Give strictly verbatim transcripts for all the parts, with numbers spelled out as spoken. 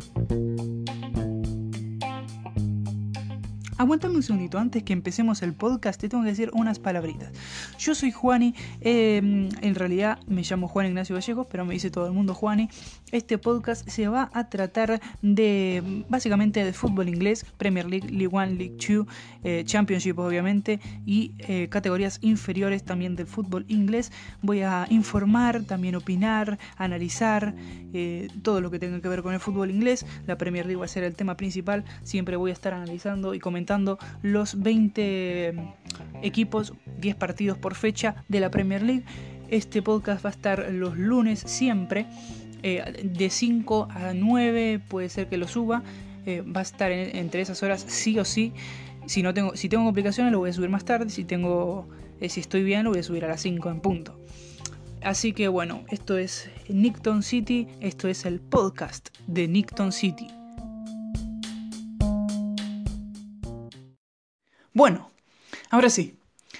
Aguántame un segundito, antes que empecemos el podcast te tengo que decir unas palabritas. Yo soy Juani, eh, en realidad me llamo Juan Ignacio Vallejo, pero me dice todo el mundo Juani. Este podcast se va a tratar de, básicamente, de fútbol inglés, Premier League, League One, League Two, eh, Championship obviamente, y eh, categorías inferiores también del fútbol inglés. Voy a informar, también opinar, analizar, eh, todo lo que tenga que ver con el fútbol inglés. La Premier League va a ser el tema principal, siempre voy a estar analizando y comentando los veinte equipos, diez partidos por fecha de la Premier League. Este podcast va a estar los lunes siempre, eh, de cinco a nueve, puede ser que lo suba, eh, va a estar en, entre esas horas sí o sí. Si, no tengo, si tengo complicaciones lo voy a subir más tarde, si, tengo, eh, si estoy bien lo voy a subir a las cinco en punto. Así que bueno, esto es Nickton City, esto es el podcast de Nickton City. Bueno, ahora sí,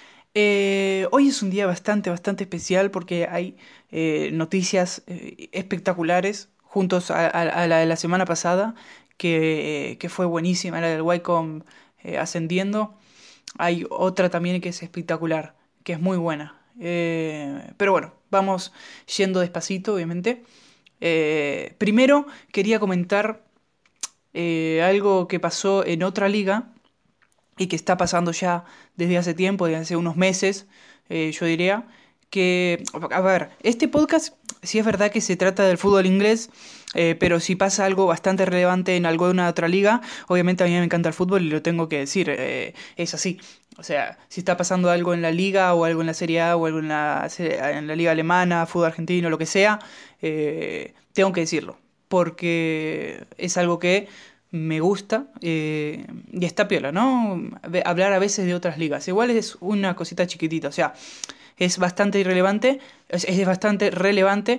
eh, hoy es un día bastante, bastante especial porque hay eh, noticias eh, espectaculares juntos a, a, a la de la semana pasada, que, que fue buenísima, la del Wycombe eh, ascendiendo. Hay otra también que es espectacular, que es muy buena. Eh, pero bueno, vamos yendo despacito, obviamente. Eh, primero quería comentar eh, algo que pasó en otra liga y que está pasando ya desde hace tiempo, desde hace unos meses, eh, yo diría, que, a ver, este podcast sí es verdad que se trata del fútbol inglés, eh, pero si pasa algo bastante relevante en alguna otra liga, obviamente a mí me encanta el fútbol y lo tengo que decir, eh, es así. O sea, si está pasando algo en la liga o algo en la Serie A o algo en la, en la liga alemana, fútbol argentino, lo que sea, eh, tengo que decirlo, porque es algo que me gusta eh, y está piola, ¿no? Hablar a veces de otras ligas. Igual es una cosita chiquitita, o sea, es bastante irrelevante, es, es bastante relevante,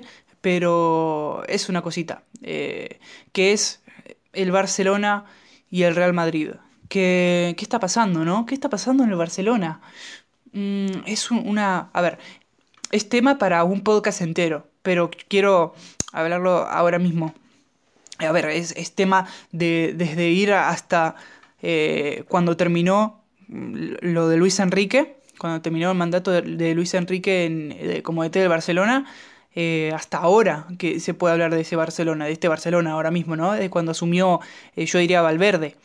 pero es una cosita, eh, que es el Barcelona y el Real Madrid. ¿Qué, qué está pasando, no? ¿Qué está pasando en el Barcelona? Mm, es un- una... A ver, es tema para un podcast entero, pero quiero hablarlo ahora mismo. A ver, es, es tema de desde ir hasta eh, cuando terminó mm, lo de Luis Enrique, cuando terminó el mandato de, de Luis Enrique en, de- como D T del Barcelona, eh, hasta ahora que se puede hablar de ese Barcelona, de este Barcelona ahora mismo, ¿no? De cuando asumió, eh, yo diría, Valverde.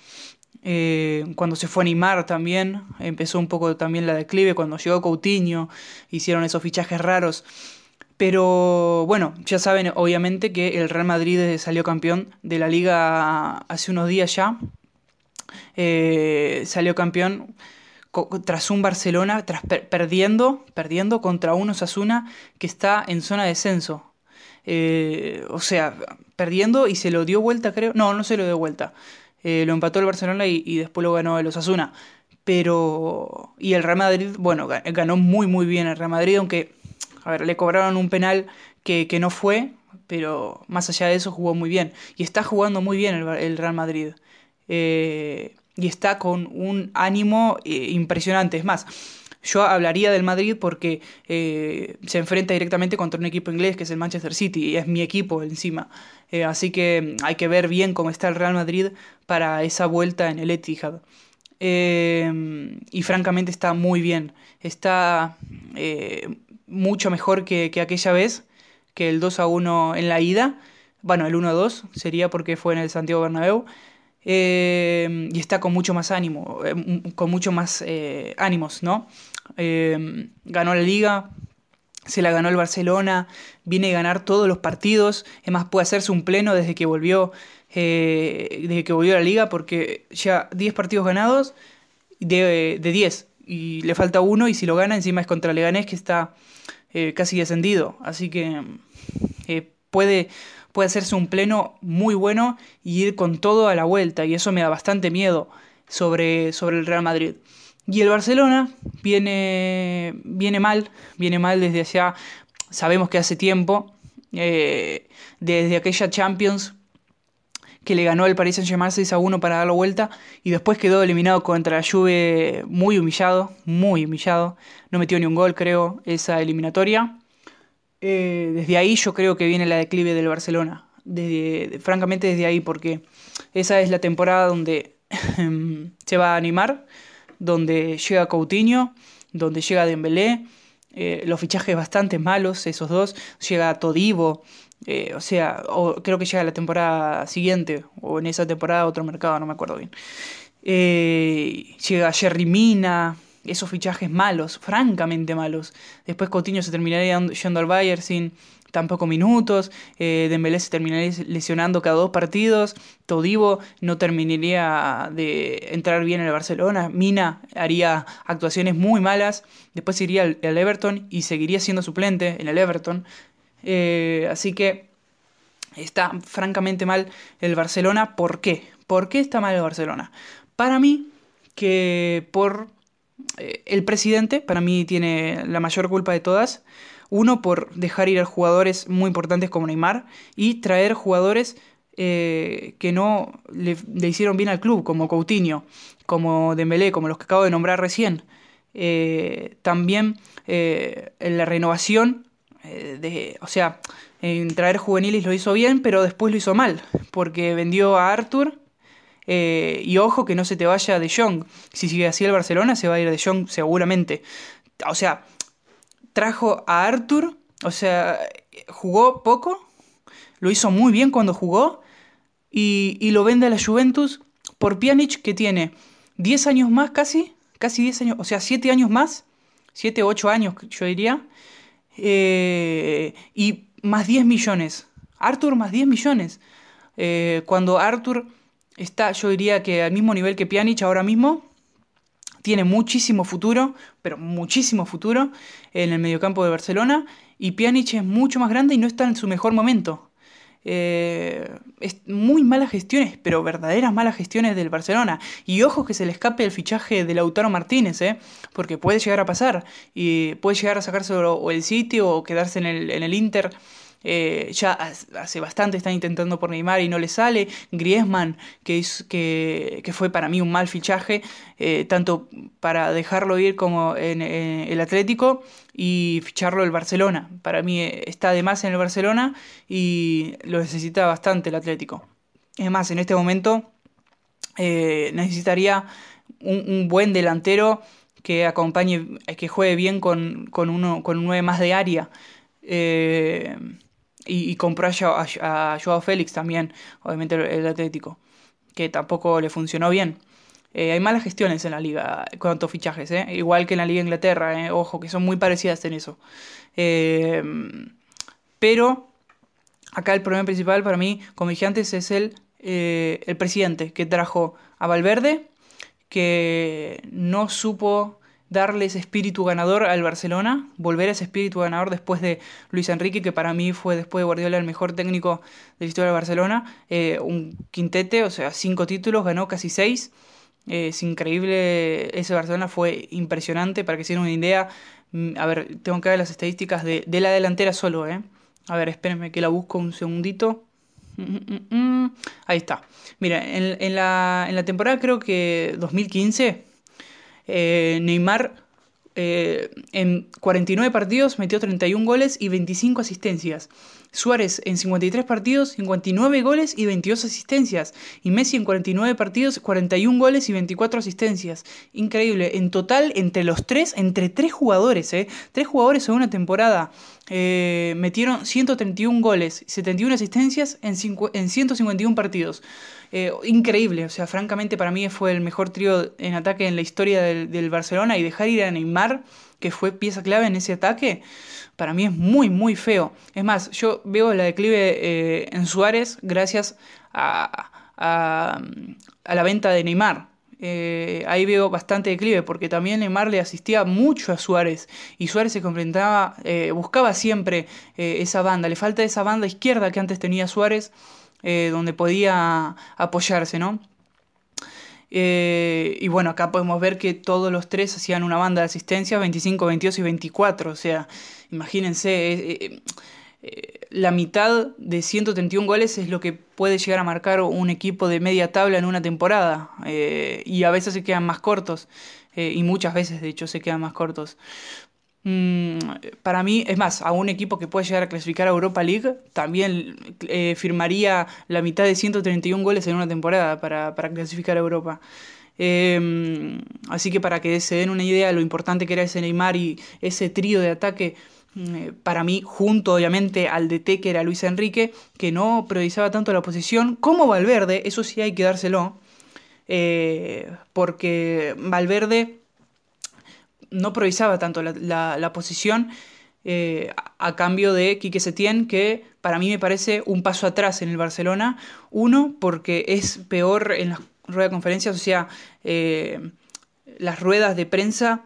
Eh, cuando se fue Neymar también, empezó un poco también la declive, cuando llegó Coutinho, hicieron esos fichajes raros. Pero bueno, ya saben obviamente que el Real Madrid eh, salió campeón de la liga hace unos días ya. Eh, salió campeón co- tras un Barcelona, tras per- perdiendo, perdiendo contra un Osasuna que está en zona de descenso. Eh, o sea, perdiendo y se lo dio vuelta, creo. No, no se lo dio vuelta. Eh, lo empató el Barcelona y, y después lo ganó el Osasuna. Pero... Y el Real Madrid, bueno, ga- ganó muy muy bien el Real Madrid, aunque, a ver, le cobraron un penal que, que no fue, pero más allá de eso jugó muy bien. Y está jugando muy bien el, Bar- el Real Madrid. Eh, y está con un ánimo eh, impresionante. Es más, yo hablaría del Madrid porque eh, se enfrenta directamente contra un equipo inglés que es el Manchester City y es mi equipo encima. Eh, así que hay que ver bien cómo está el Real Madrid para esa vuelta en el Etihad. Eh, y francamente está muy bien. Está eh, mucho mejor que, que aquella vez, que el dos a uno en la ida. Bueno, el uno a dos sería porque fue en el Santiago Bernabéu. Eh, y está con mucho más ánimo, eh, m- con mucho más eh, ánimos, ¿no? Eh, ganó la liga, se la ganó el Barcelona, viene a ganar todos los partidos, es más, puede hacerse un pleno desde que volvió, eh, desde que volvió a la liga, porque ya diez partidos ganados de, de diez, y le falta uno, y si lo gana encima es contra Leganés, que está eh, casi descendido, así que eh, puede, puede hacerse un pleno muy bueno y ir con todo a la vuelta, y eso me da bastante miedo sobre, sobre el Real Madrid. Y el Barcelona viene, viene mal, viene mal desde allá, sabemos que hace tiempo, eh, desde aquella Champions que le ganó el Paris Saint-Germain seis a uno para dar la vuelta y después quedó eliminado contra la Juve muy humillado, muy humillado, no metió ni un gol creo esa eliminatoria. Eh, desde ahí yo creo que viene la declive del Barcelona. desde, francamente desde ahí, porque esa es la temporada donde se va a Neymar, donde llega Coutinho, donde llega Dembélé, eh, los fichajes bastante malos, esos dos, llega Todibo, eh, o sea, o creo que llega la temporada siguiente, o en esa temporada otro mercado, no me acuerdo bien. Eh, llega Yerry Mina, esos fichajes malos, francamente malos. Después Coutinho se terminaría yendo al Bayern sin tampoco minutos. Eh, Dembélé se terminaría lesionando cada dos partidos. Todibo no terminaría de entrar bien en el Barcelona. Mina haría actuaciones muy malas. Después iría al, al Everton y seguiría siendo suplente en el Everton. Eh, así que está francamente mal el Barcelona. ¿Por qué? ¿Por qué está mal el Barcelona? Para mí, que por eh, el presidente, para mí tiene la mayor culpa de todas. Uno, por dejar ir a jugadores muy importantes como Neymar y traer jugadores eh, que no le, le hicieron bien al club, como Coutinho, como Dembélé, como los que acabo de nombrar recién. Eh, también eh, en la renovación, eh, de, o sea, en traer juveniles lo hizo bien, pero después lo hizo mal, porque vendió a Arthur. Eh, y ojo que no se te vaya De Jong. Si sigue así el Barcelona, se va a ir De Jong seguramente. O sea, trajo a Arthur, o sea, jugó poco, lo hizo muy bien cuando jugó, y, y lo vende a la Juventus por Pjanic, que tiene diez años más casi, casi diez años, o sea, siete años más, siete o ocho años yo diría, eh, y más diez millones. Arthur más diez millones. Eh, cuando Arthur está, yo diría que al mismo nivel que Pjanic ahora mismo, tiene muchísimo futuro, pero muchísimo futuro en el mediocampo de Barcelona, y Pjanic es mucho más grande y no está en su mejor momento. Eh, es muy malas gestiones, pero verdaderas malas gestiones del Barcelona. Y ojo que se le escape el fichaje de Lautaro Martínez, ¿eh? Porque puede llegar a pasar. Y puede llegar a sacárselo o el City o quedarse en el, en el Inter. Eh, ya hace bastante están intentando por Neymar y no le sale. Griezmann, que, es, que, que fue para mí un mal fichaje, eh, tanto para dejarlo ir como en, en el Atlético y ficharlo el Barcelona. Para mí eh, está de más en el Barcelona y lo necesita bastante el Atlético. Es más, en este momento eh, necesitaría un, un buen delantero que acompañe, que juegue bien con, con, uno, con un nueve más de área. Eh, y, y compró a, a, a Joao Félix también, obviamente el, el Atlético, que tampoco le funcionó bien. Eh, hay malas gestiones en la liga, cuanto a fichajes, ¿eh? Igual que en la liga de Inglaterra, ¿eh? Ojo, que son muy parecidas en eso. Eh, pero acá el problema principal para mí, como dije antes, es el, eh, el presidente que trajo a Valverde, que no supo darle ese espíritu ganador al Barcelona, volver a ese espíritu ganador después de Luis Enrique, que para mí fue después de Guardiola el mejor técnico de la historia del Barcelona, eh, un quintete, o sea, cinco títulos, ganó casi seis. Eh, es increíble, ese Barcelona fue impresionante, para que se den una idea. Mm, A ver, tengo que ver las estadísticas de, de la delantera solo, ¿eh? A ver, espérenme que la busco un segundito. Mm, mm, mm, mm. Ahí está. Mira, en, en la, en la temporada creo que dos mil quince, eh, Neymar eh, en cuarenta y nueve partidos metió treinta y uno goles y veinticinco asistencias. Suárez en cincuenta y tres partidos, cincuenta y nueve goles y veintidós asistencias. Y Messi en cuarenta y nueve partidos, cuarenta y uno goles y veinticuatro asistencias. Increíble. En total, entre los tres, entre tres jugadores, ¿eh? Tres jugadores en una temporada eh, metieron ciento treinta y uno goles, setenta y una asistencias en, cincu en ciento cincuenta y uno partidos. Eh, increíble, o sea, francamente para mí fue el mejor trío en ataque en la historia del, del Barcelona, y dejar ir a Neymar, que fue pieza clave en ese ataque, para mí es muy, muy feo. Es más, yo veo la declive eh, en Suárez gracias a, a, a la venta de Neymar. Eh, ahí veo bastante declive, porque también Neymar le asistía mucho a Suárez, y Suárez se complementaba, eh, buscaba siempre eh, esa banda. Le falta esa banda izquierda que antes tenía Suárez, eh, donde podía apoyarse, ¿no? Eh, y bueno, acá podemos ver que todos los tres hacían una banda de asistencia, veinticinco, veintidós y veinticuatro. O sea, imagínense, eh, eh, eh, la mitad de ciento treinta y uno goles es lo que puede llegar a marcar un equipo de media tabla en una temporada. Eh, y a veces se quedan más cortos. Eh, y muchas veces, de hecho, se quedan más cortos. Mm, para mí, es más, a un equipo que puede llegar a clasificar a Europa League, también eh, firmaría la mitad de ciento treinta y uno goles en una temporada para, para clasificar a Europa. Eh, Así que para que se den una idea de lo importante que era ese Neymar y ese trío de ataque, mm, eh, para mí, junto obviamente al D T que era Luis Enrique, que no priorizaba tanto la posición, como Valverde, eso sí hay que dárselo, eh, porque Valverde no priorizaba tanto la, la- la posición, eh, a, a cambio de Quique Setién, que para mí me parece un paso atrás en el Barcelona. Uno, porque es peor en las ruedas de conferencias, o sea, eh, las ruedas de prensa,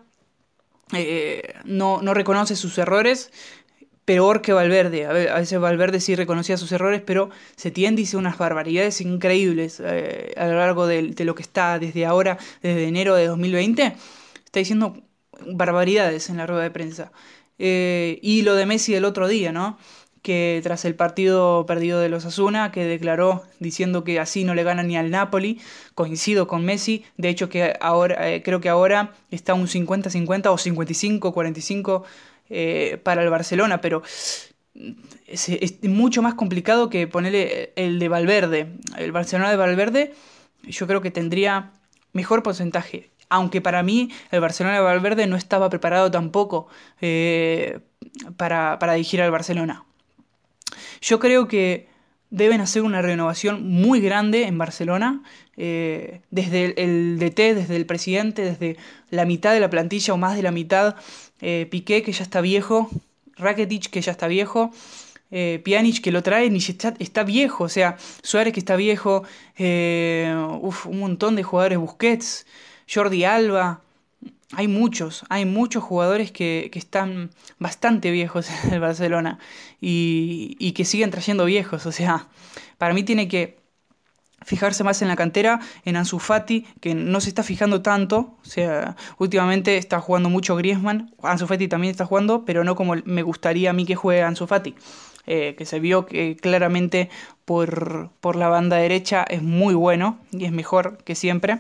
eh, no, no reconoce sus errores. Peor que Valverde. A ve- a veces Valverde sí reconocía sus errores, pero Setién dice unas barbaridades increíbles eh, a lo largo de, de lo que está desde ahora, desde enero de dos mil veinte. Está diciendo barbaridades en la rueda de prensa. Eh, y lo de Messi el otro día, ¿no? Que tras el partido perdido de los Asuna, que declaró diciendo que así no le gana ni al Napoli, coincido con Messi, de hecho que ahora, eh, creo que ahora está un cincuenta cincuenta o cincuenta y cinco cuarenta y cinco eh, para el Barcelona, pero es, es mucho más complicado que ponerle el de Valverde. El Barcelona de Valverde yo creo que tendría mejor porcentaje. Aunque para mí el Barcelona de Valverde no estaba preparado tampoco eh, para, para dirigir al Barcelona. Yo creo que deben hacer una renovación muy grande en Barcelona, eh, desde el, el D T, desde el presidente, desde la mitad de la plantilla o más de la mitad. eh, Piqué, que ya está viejo, Rakitic, que ya está viejo, eh, Pjanic, que lo trae, ni está, está viejo, o sea, Suárez, que está viejo, eh, uf, un montón de jugadores, Busquets, Jordi Alba. Hay muchos, hay muchos jugadores que, que están bastante viejos en el Barcelona y, y que siguen trayendo viejos. O sea, para mí tiene que fijarse más en la cantera, en Ansu Fati, que no se está fijando tanto. O sea, últimamente está jugando mucho Griezmann. Ansu Fati también está jugando, pero no como me gustaría a mí que juegue Ansu Fati. Eh, que se vio que claramente por, por la banda derecha es muy bueno y es mejor que siempre,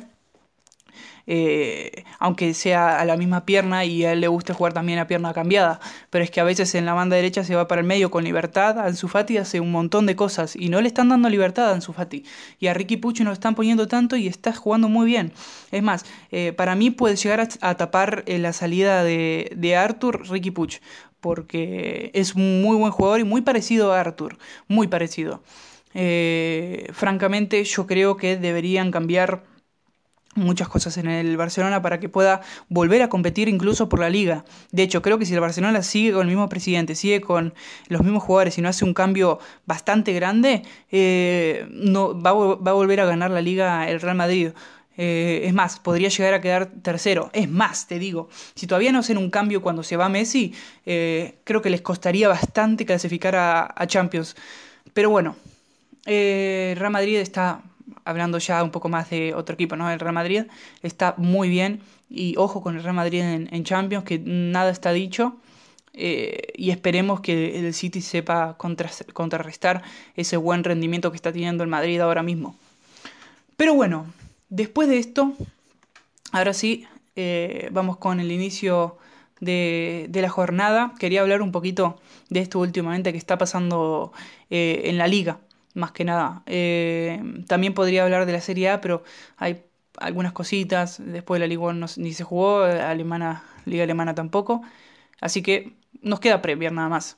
eh, aunque sea a la misma pierna y a él le guste jugar también a pierna cambiada. Pero es que a veces en la banda derecha se va para el medio con libertad. Ansu Fati hace un montón de cosas y no le están dando libertad a Ansu Fati. Y a Ricky Pucci no lo están poniendo tanto y está jugando muy bien. Es más, eh, para mí puede llegar a, a tapar eh, la salida de, de Arthur Ricky Puch, porque es un muy buen jugador y muy parecido a Arthur, muy parecido. Eh, francamente, yo creo que deberían cambiar muchas cosas en el Barcelona para que pueda volver a competir incluso por la liga. De hecho, creo que si el Barcelona sigue con el mismo presidente, sigue con los mismos jugadores y no hace un cambio bastante grande, eh, no, va, a va, a volver a ganar la liga el Real Madrid. Eh, es más, podría llegar a quedar tercero. Es más, te digo, si todavía no hacen un cambio cuando se va Messi, eh, creo que les costaría bastante clasificar a, a Champions. Pero bueno, eh, Real Madrid está, hablando ya un poco más de otro equipo, ¿no? El Real Madrid está muy bien y ojo con el Real Madrid en, en Champions, que nada está dicho. Eh, y esperemos que el City sepa contra- contrarrestar ese buen rendimiento que está teniendo el Madrid ahora mismo. Pero bueno, después de esto, ahora sí, eh, vamos con el inicio de, de la jornada. Quería hablar un poquito de esto últimamente que está pasando eh, en la liga, más que nada. Eh, también podría hablar de la Serie A, pero hay algunas cositas. Después de la Liga no, ni se jugó, la alemana, Liga Alemana tampoco. Así que nos queda Premier nada más.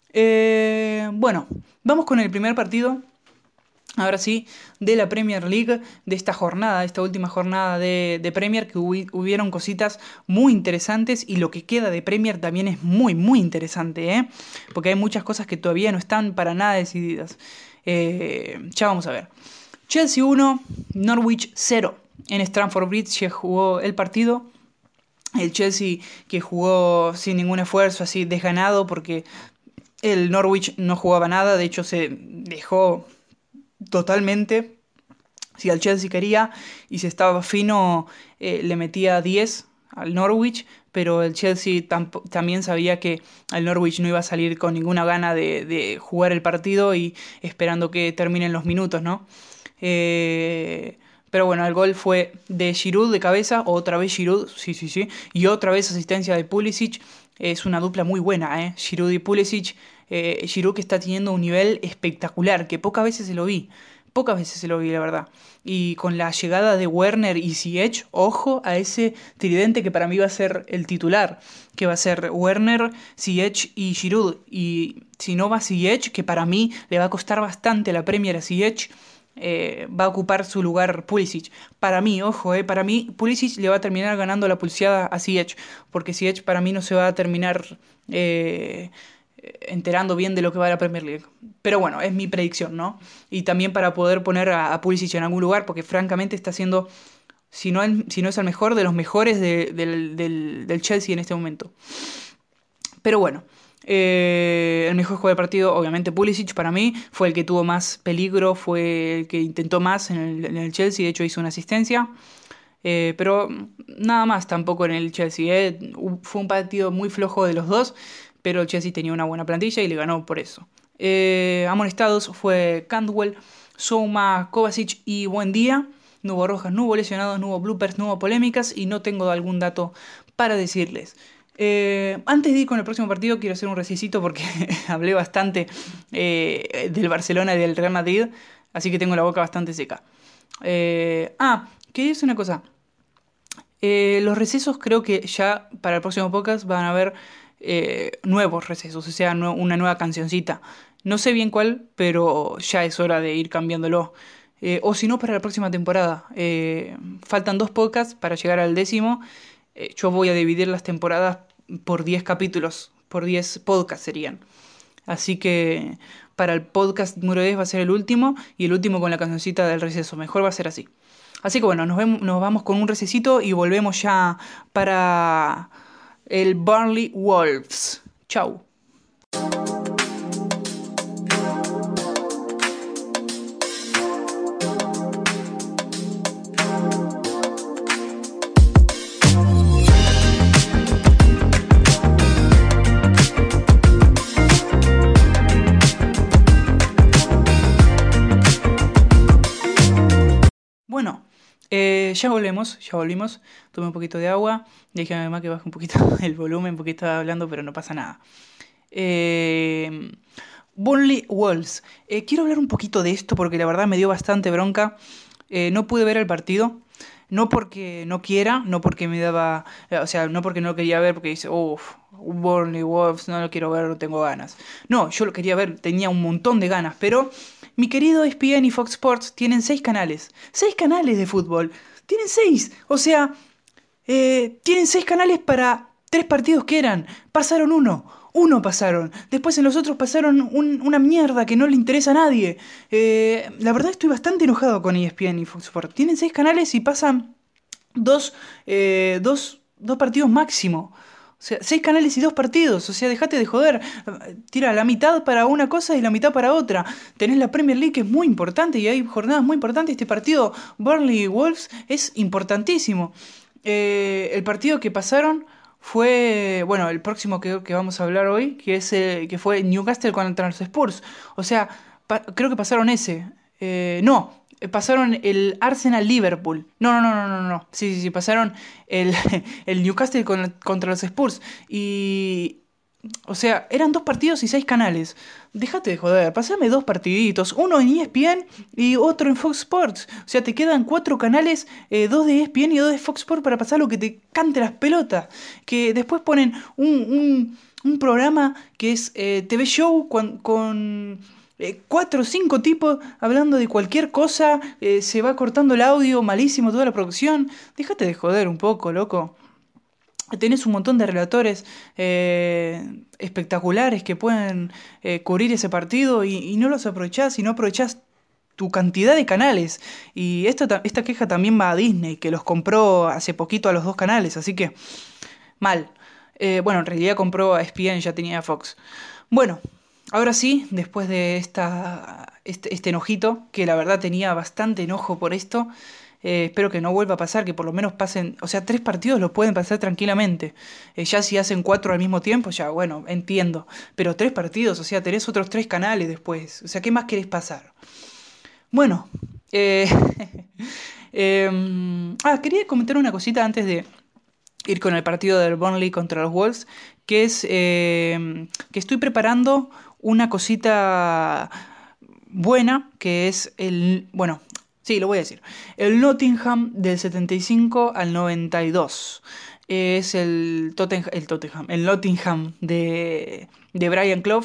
Eh, bueno, vamos con el primer partido. Ahora sí, de la Premier League, de esta jornada, de esta última jornada de, de Premier, que hubi- hubieron cositas muy interesantes y lo que queda de Premier también es muy, muy interesante, ¿eh? Porque hay muchas cosas que todavía no están para nada decididas. Eh, ya vamos a ver. Chelsea uno, Norwich cero. En Stamford Bridge se jugó el partido. El Chelsea que jugó sin ningún esfuerzo, así desganado, porque el Norwich no jugaba nada, de hecho se dejó totalmente. Si al Chelsea quería y si estaba fino, eh, le metía diez al Norwich, pero el Chelsea tamp- también sabía que el Norwich no iba a salir con ninguna gana de, de jugar el partido y esperando que terminen los minutos, ¿no? Eh, pero bueno, el gol fue de Giroud de cabeza, otra vez Giroud, sí, sí, sí, y otra vez asistencia de Pulisic. Es una dupla muy buena, ¿eh? Giroud y Pulisic. Eh, Giroud que está teniendo un nivel espectacular, que pocas veces se lo vi. Pocas veces se lo vi, la verdad. Y con la llegada de Werner y Ziyech, ojo a ese tridente que para mí va a ser el titular, que va a ser Werner, Ziyech y Giroud. Y si no va Ziyech, que para mí le va a costar bastante la Premier a Ziyech, eh, va a ocupar su lugar Pulisic. Para mí, ojo, eh, para mí Pulisic le va a terminar ganando la pulseada a Ziyech, porque Ziyech para mí no se va a terminar eh, enterando bien de lo que va a la Premier League. Pero bueno, es mi predicción, ¿no? Y también para poder poner a, a Pulisic en algún lugar, porque francamente está siendo, si no, el, si no es el mejor, de los mejores de, del, del, del Chelsea en este momento. Pero bueno, eh, el mejor jugador del partido, obviamente Pulisic para mí, fue el que tuvo más peligro, fue el que intentó más en el, en el Chelsea, de hecho hizo una asistencia. Eh, pero nada más tampoco en el Chelsea. eh. Fue un partido muy flojo de los dos, pero el Chelsea tenía una buena plantilla y le ganó por eso. Eh, amonestados fue Cantwell, Souma, Kovacic y Buendía. No hubo rojas, no hubo lesionados, no hubo bloopers, no hubo polémicas y no tengo algún dato para decirles. Eh, antes de ir con el próximo partido, quiero hacer un recicito porque hablé bastante eh, del Barcelona y del Real Madrid, así que tengo la boca bastante seca. Eh, ah, quería decir una cosa. Eh, los recesos creo que ya para el próximo podcast van a haber eh, nuevos recesos, o sea, nue- una nueva cancioncita. No sé bien cuál, pero ya es hora de ir cambiándolo. Eh, o si no, para la próxima temporada. Eh, faltan dos podcasts para llegar al décimo. Eh, yo voy a dividir las temporadas por diez capítulos, por diez podcasts serían. Así que para el podcast número diez va a ser el último y el último con la cancioncita del receso. Mejor va a ser así. Así que bueno, nos, vemos, nos vamos con un recesito y volvemos ya para el Burnley Wolves. Chau. Bueno, eh, ya volvemos, ya volvimos. Tomé un poquito de agua. Le dije a mi mamá que baje un poquito el volumen porque estaba hablando, pero no pasa nada. Eh, Burnley Wolves. Eh, quiero hablar un poquito de esto porque la verdad me dio bastante bronca. Eh, no pude ver el partido. No porque no quiera, no porque me daba. eh, O sea, no porque no lo quería ver, porque dice, uff, Burnley Wolves, no lo quiero ver, no tengo ganas. No, yo lo quería ver, tenía un montón de ganas, pero mi querido E S P N y Fox Sports tienen seis canales. Seis canales de fútbol. Tienen seis. O sea, eh, tienen seis canales para tres partidos que eran. Pasaron uno. Uno pasaron. Después en los otros pasaron un- una mierda que no le interesa a nadie. Eh, la verdad estoy bastante enojado con E S P N y Fox Sports. Tienen seis canales y pasan dos, eh, dos, dos partidos máximo. O sea, seis canales y dos partidos. O sea, dejate de joder. Tira la mitad para una cosa y la mitad para otra. Tenés la Premier League que es muy importante y hay jornadas muy importantes. Este partido Burnley Wolves es importantísimo. Eh, el partido que pasaron fue, bueno, el próximo que, que vamos a hablar hoy, que es eh, que fue Newcastle contra los Spurs. O sea, pa- creo que pasaron ese. Eh, no, eh, pasaron el Arsenal-Liverpool. No, no, no, no, no, no. Sí, sí, sí, pasaron el, el Newcastle con- contra los Spurs. Y, o sea, eran dos partidos y seis canales. Déjate de joder, pasame dos partiditos, uno en E S P N y otro en Fox Sports. O sea, te quedan cuatro canales, eh, dos de E S P N y dos de Fox Sports para pasar lo que te cante las pelotas. Que después ponen un, un, un programa que es eh, T V Show con, con eh, cuatro o cinco tipos hablando de cualquier cosa, eh, se va cortando el audio, malísimo toda la producción. Déjate de joder un poco, loco. Tenés un montón de relatores eh, espectaculares que pueden eh, cubrir ese partido y, y no los aprovechás y no aprovechás tu cantidad de canales. Y esta, ta- esta queja también va a Disney, que los compró hace poquito a los dos canales, así que mal. Eh, bueno, en realidad compró a E S P N, ya tenía Fox. Bueno, ahora sí, después de esta, este, este enojito, que la verdad tenía bastante enojo por esto, eh, espero que no vuelva a pasar, que por lo menos pasen, o sea, tres partidos lo pueden pasar tranquilamente. Eh, ya si hacen cuatro al mismo tiempo, ya bueno, entiendo. Pero tres partidos, o sea, tenés otros tres canales después. O sea, ¿qué más querés pasar? Bueno, eh, em, ah, quería comentar una cosita antes de ir con el partido del Burnley contra los Wolves, que es eh, que estoy preparando una cosita buena, que es el, bueno, sí, lo voy a decir, el Nottingham del setenta y cinco al noventa y dos. Es el Tottenham, el Tottenham, el Nottingham de, de Brian Clough,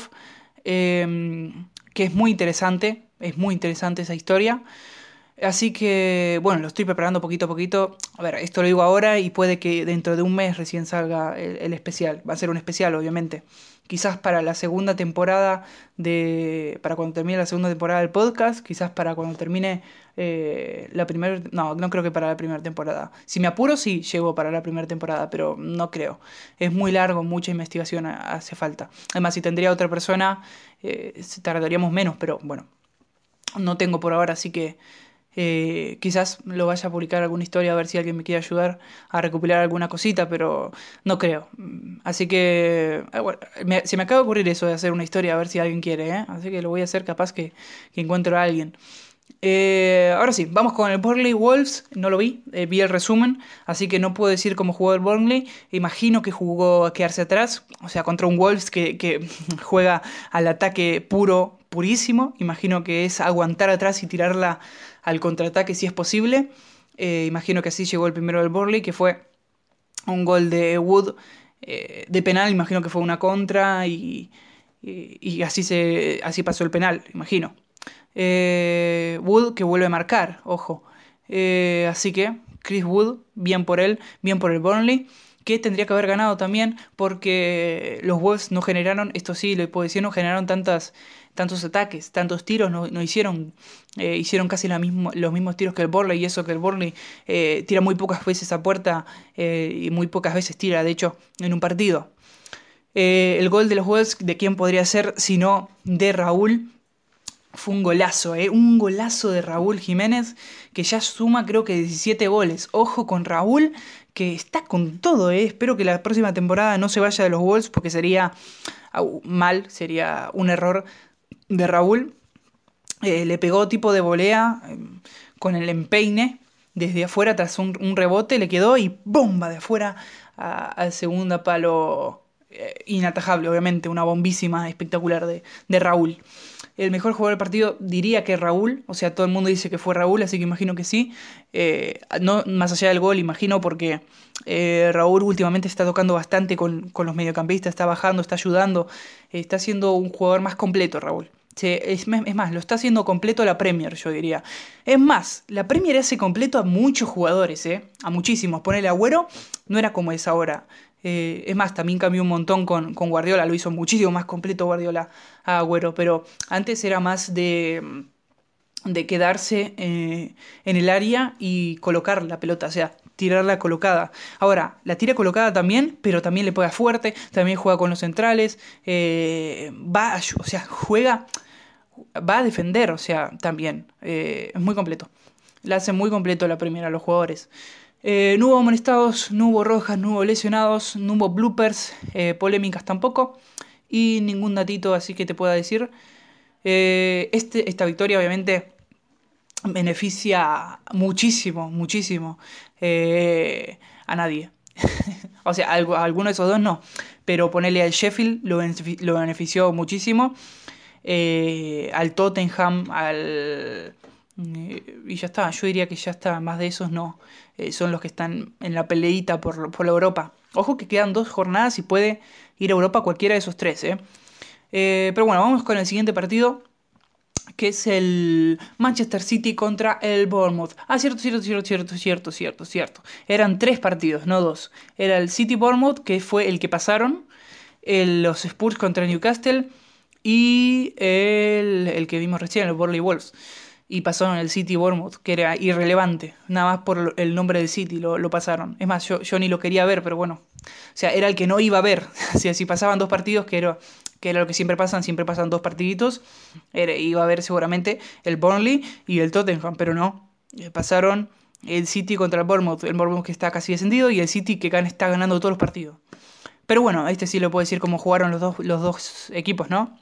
eh, que es muy interesante, es muy interesante esa historia. Así que, bueno, lo estoy preparando poquito a poquito. A ver, esto lo digo ahora y puede que dentro de un mes recién salga el, el especial. Va a ser un especial, obviamente. Quizás para la segunda temporada de... Para cuando termine la segunda temporada del podcast. Quizás para cuando termine eh, la primera... No, no creo que para la primera temporada. Si me apuro, sí, llego para la primera temporada, pero no creo. Es muy largo, mucha investigación hace falta. Además, si tendría otra persona, eh, tardaríamos menos, pero bueno, no tengo por ahora, así que... Eh, quizás lo vaya a publicar alguna historia a ver si alguien me quiere ayudar a recopilar alguna cosita, pero no creo. Mm, Así que eh, bueno, me- se me acaba de ocurrir eso de hacer una historia a ver si alguien quiere, ¿eh? Así que lo voy a hacer capaz que, que encuentro a alguien. Eh, ahora sí, vamos con el Burnley Wolves. No lo vi, eh, vi el resumen, así que no puedo decir cómo jugó el Burnley. Imagino que jugó a quedarse atrás, o sea, contra un Wolves que, que juega al ataque puro, purísimo. Imagino que es aguantar atrás y tirarla al contraataque si es posible. Eh, imagino que así llegó el primero del Burnley, que fue un gol de Wood eh, de penal. Imagino que fue una contra y, y, y así, se, así pasó el penal, imagino. Eh, Wood que vuelve a marcar, ojo. Eh, así que Chris Wood, bien por él, bien por el Burnley, que tendría que haber ganado también porque los Wolves no generaron, esto sí lo puedo decir, no generaron tantas, tantos ataques, tantos tiros, no, no hicieron, eh, hicieron casi la mismo, los mismos tiros que el Burnley y eso que el Burnley eh, tira muy pocas veces a puerta eh, y muy pocas veces tira, de hecho, en un partido. Eh, el gol de los Wolves, ¿de quién podría ser sino de Raúl? Fue un golazo, ¿eh? Un golazo de Raúl Jiménez que ya suma creo que diecisiete goles. Ojo con Raúl que está con todo, ¿eh? Espero que la próxima temporada no se vaya de los Wolves porque sería au, mal, sería un error de Raúl. Eh, le pegó tipo de volea eh, con el empeine desde afuera tras un, un rebote, le quedó y bomba de afuera a- al segundo palo. Eh, inatajable, obviamente, una bombísima espectacular de, de Raúl. El mejor jugador del partido diría que Raúl, o sea, todo el mundo dice que fue Raúl, así que imagino que sí. Eh, no más allá del gol, imagino, porque eh, Raúl últimamente está tocando bastante con, con los mediocampistas, está bajando, está ayudando, eh, está siendo un jugador más completo, Raúl. Sí, es, es más, lo está haciendo completo la Premier, yo diría. Es más, la Premier hace completo a muchos jugadores, ¿eh? A muchísimos. Ponele Agüero, no era como es ahora. Eh, es más, también cambió un montón con, con Guardiola, lo hizo muchísimo más completo Guardiola a Agüero, pero antes era más de, de quedarse eh, en el área y colocar la pelota, o sea, tirarla colocada. Ahora, la tira colocada también, pero también le pega fuerte, también juega con los centrales, eh, va, a- o sea, juega, va a defender, o sea, también. Eh, es muy completo. La hace muy completo la primera a los jugadores. Eh, no hubo amonestados, no hubo rojas, no hubo lesionados, no hubo bloopers, eh, polémicas tampoco. Y ningún datito así que te pueda decir. Eh, este, esta victoria obviamente beneficia muchísimo, muchísimo eh, a nadie. O sea, a, algu- a alguno de esos dos no. Pero ponerle al Sheffield lo, benefic- lo benefició muchísimo. Eh, al Tottenham, al... eh, y ya está, yo diría que ya está, más de esos no. Eh, son los que están en la peleita por, por la Europa. Ojo que quedan dos jornadas y puede ir a Europa cualquiera de esos tres, ¿eh? Eh, pero bueno, vamos con el siguiente partido, que es el Manchester City contra el Bournemouth. Ah, cierto, cierto, cierto, cierto, cierto, cierto, cierto. Eran tres partidos, no dos. Era el City Bournemouth, que fue el que pasaron, el- los Spurs contra Newcastle y el, el que vimos recién, el Burnley Wolves. Y pasaron el City Bournemouth, que era irrelevante, nada más por el nombre del City lo, lo pasaron. Es más, yo, yo ni lo quería ver, pero bueno. O sea, era el que no iba a ver. O sea, si pasaban dos partidos, que era, que era lo que siempre pasan, siempre pasan dos partiditos, era- iba a ver seguramente el Burnley y el Tottenham, pero no. Eh, Pasaron el City contra el Bournemouth, el Bournemouth que está casi descendido y el City que gan- está ganando todos los partidos. Pero bueno, este sí lo puedo decir cómo jugaron los dos, los dos equipos, ¿no?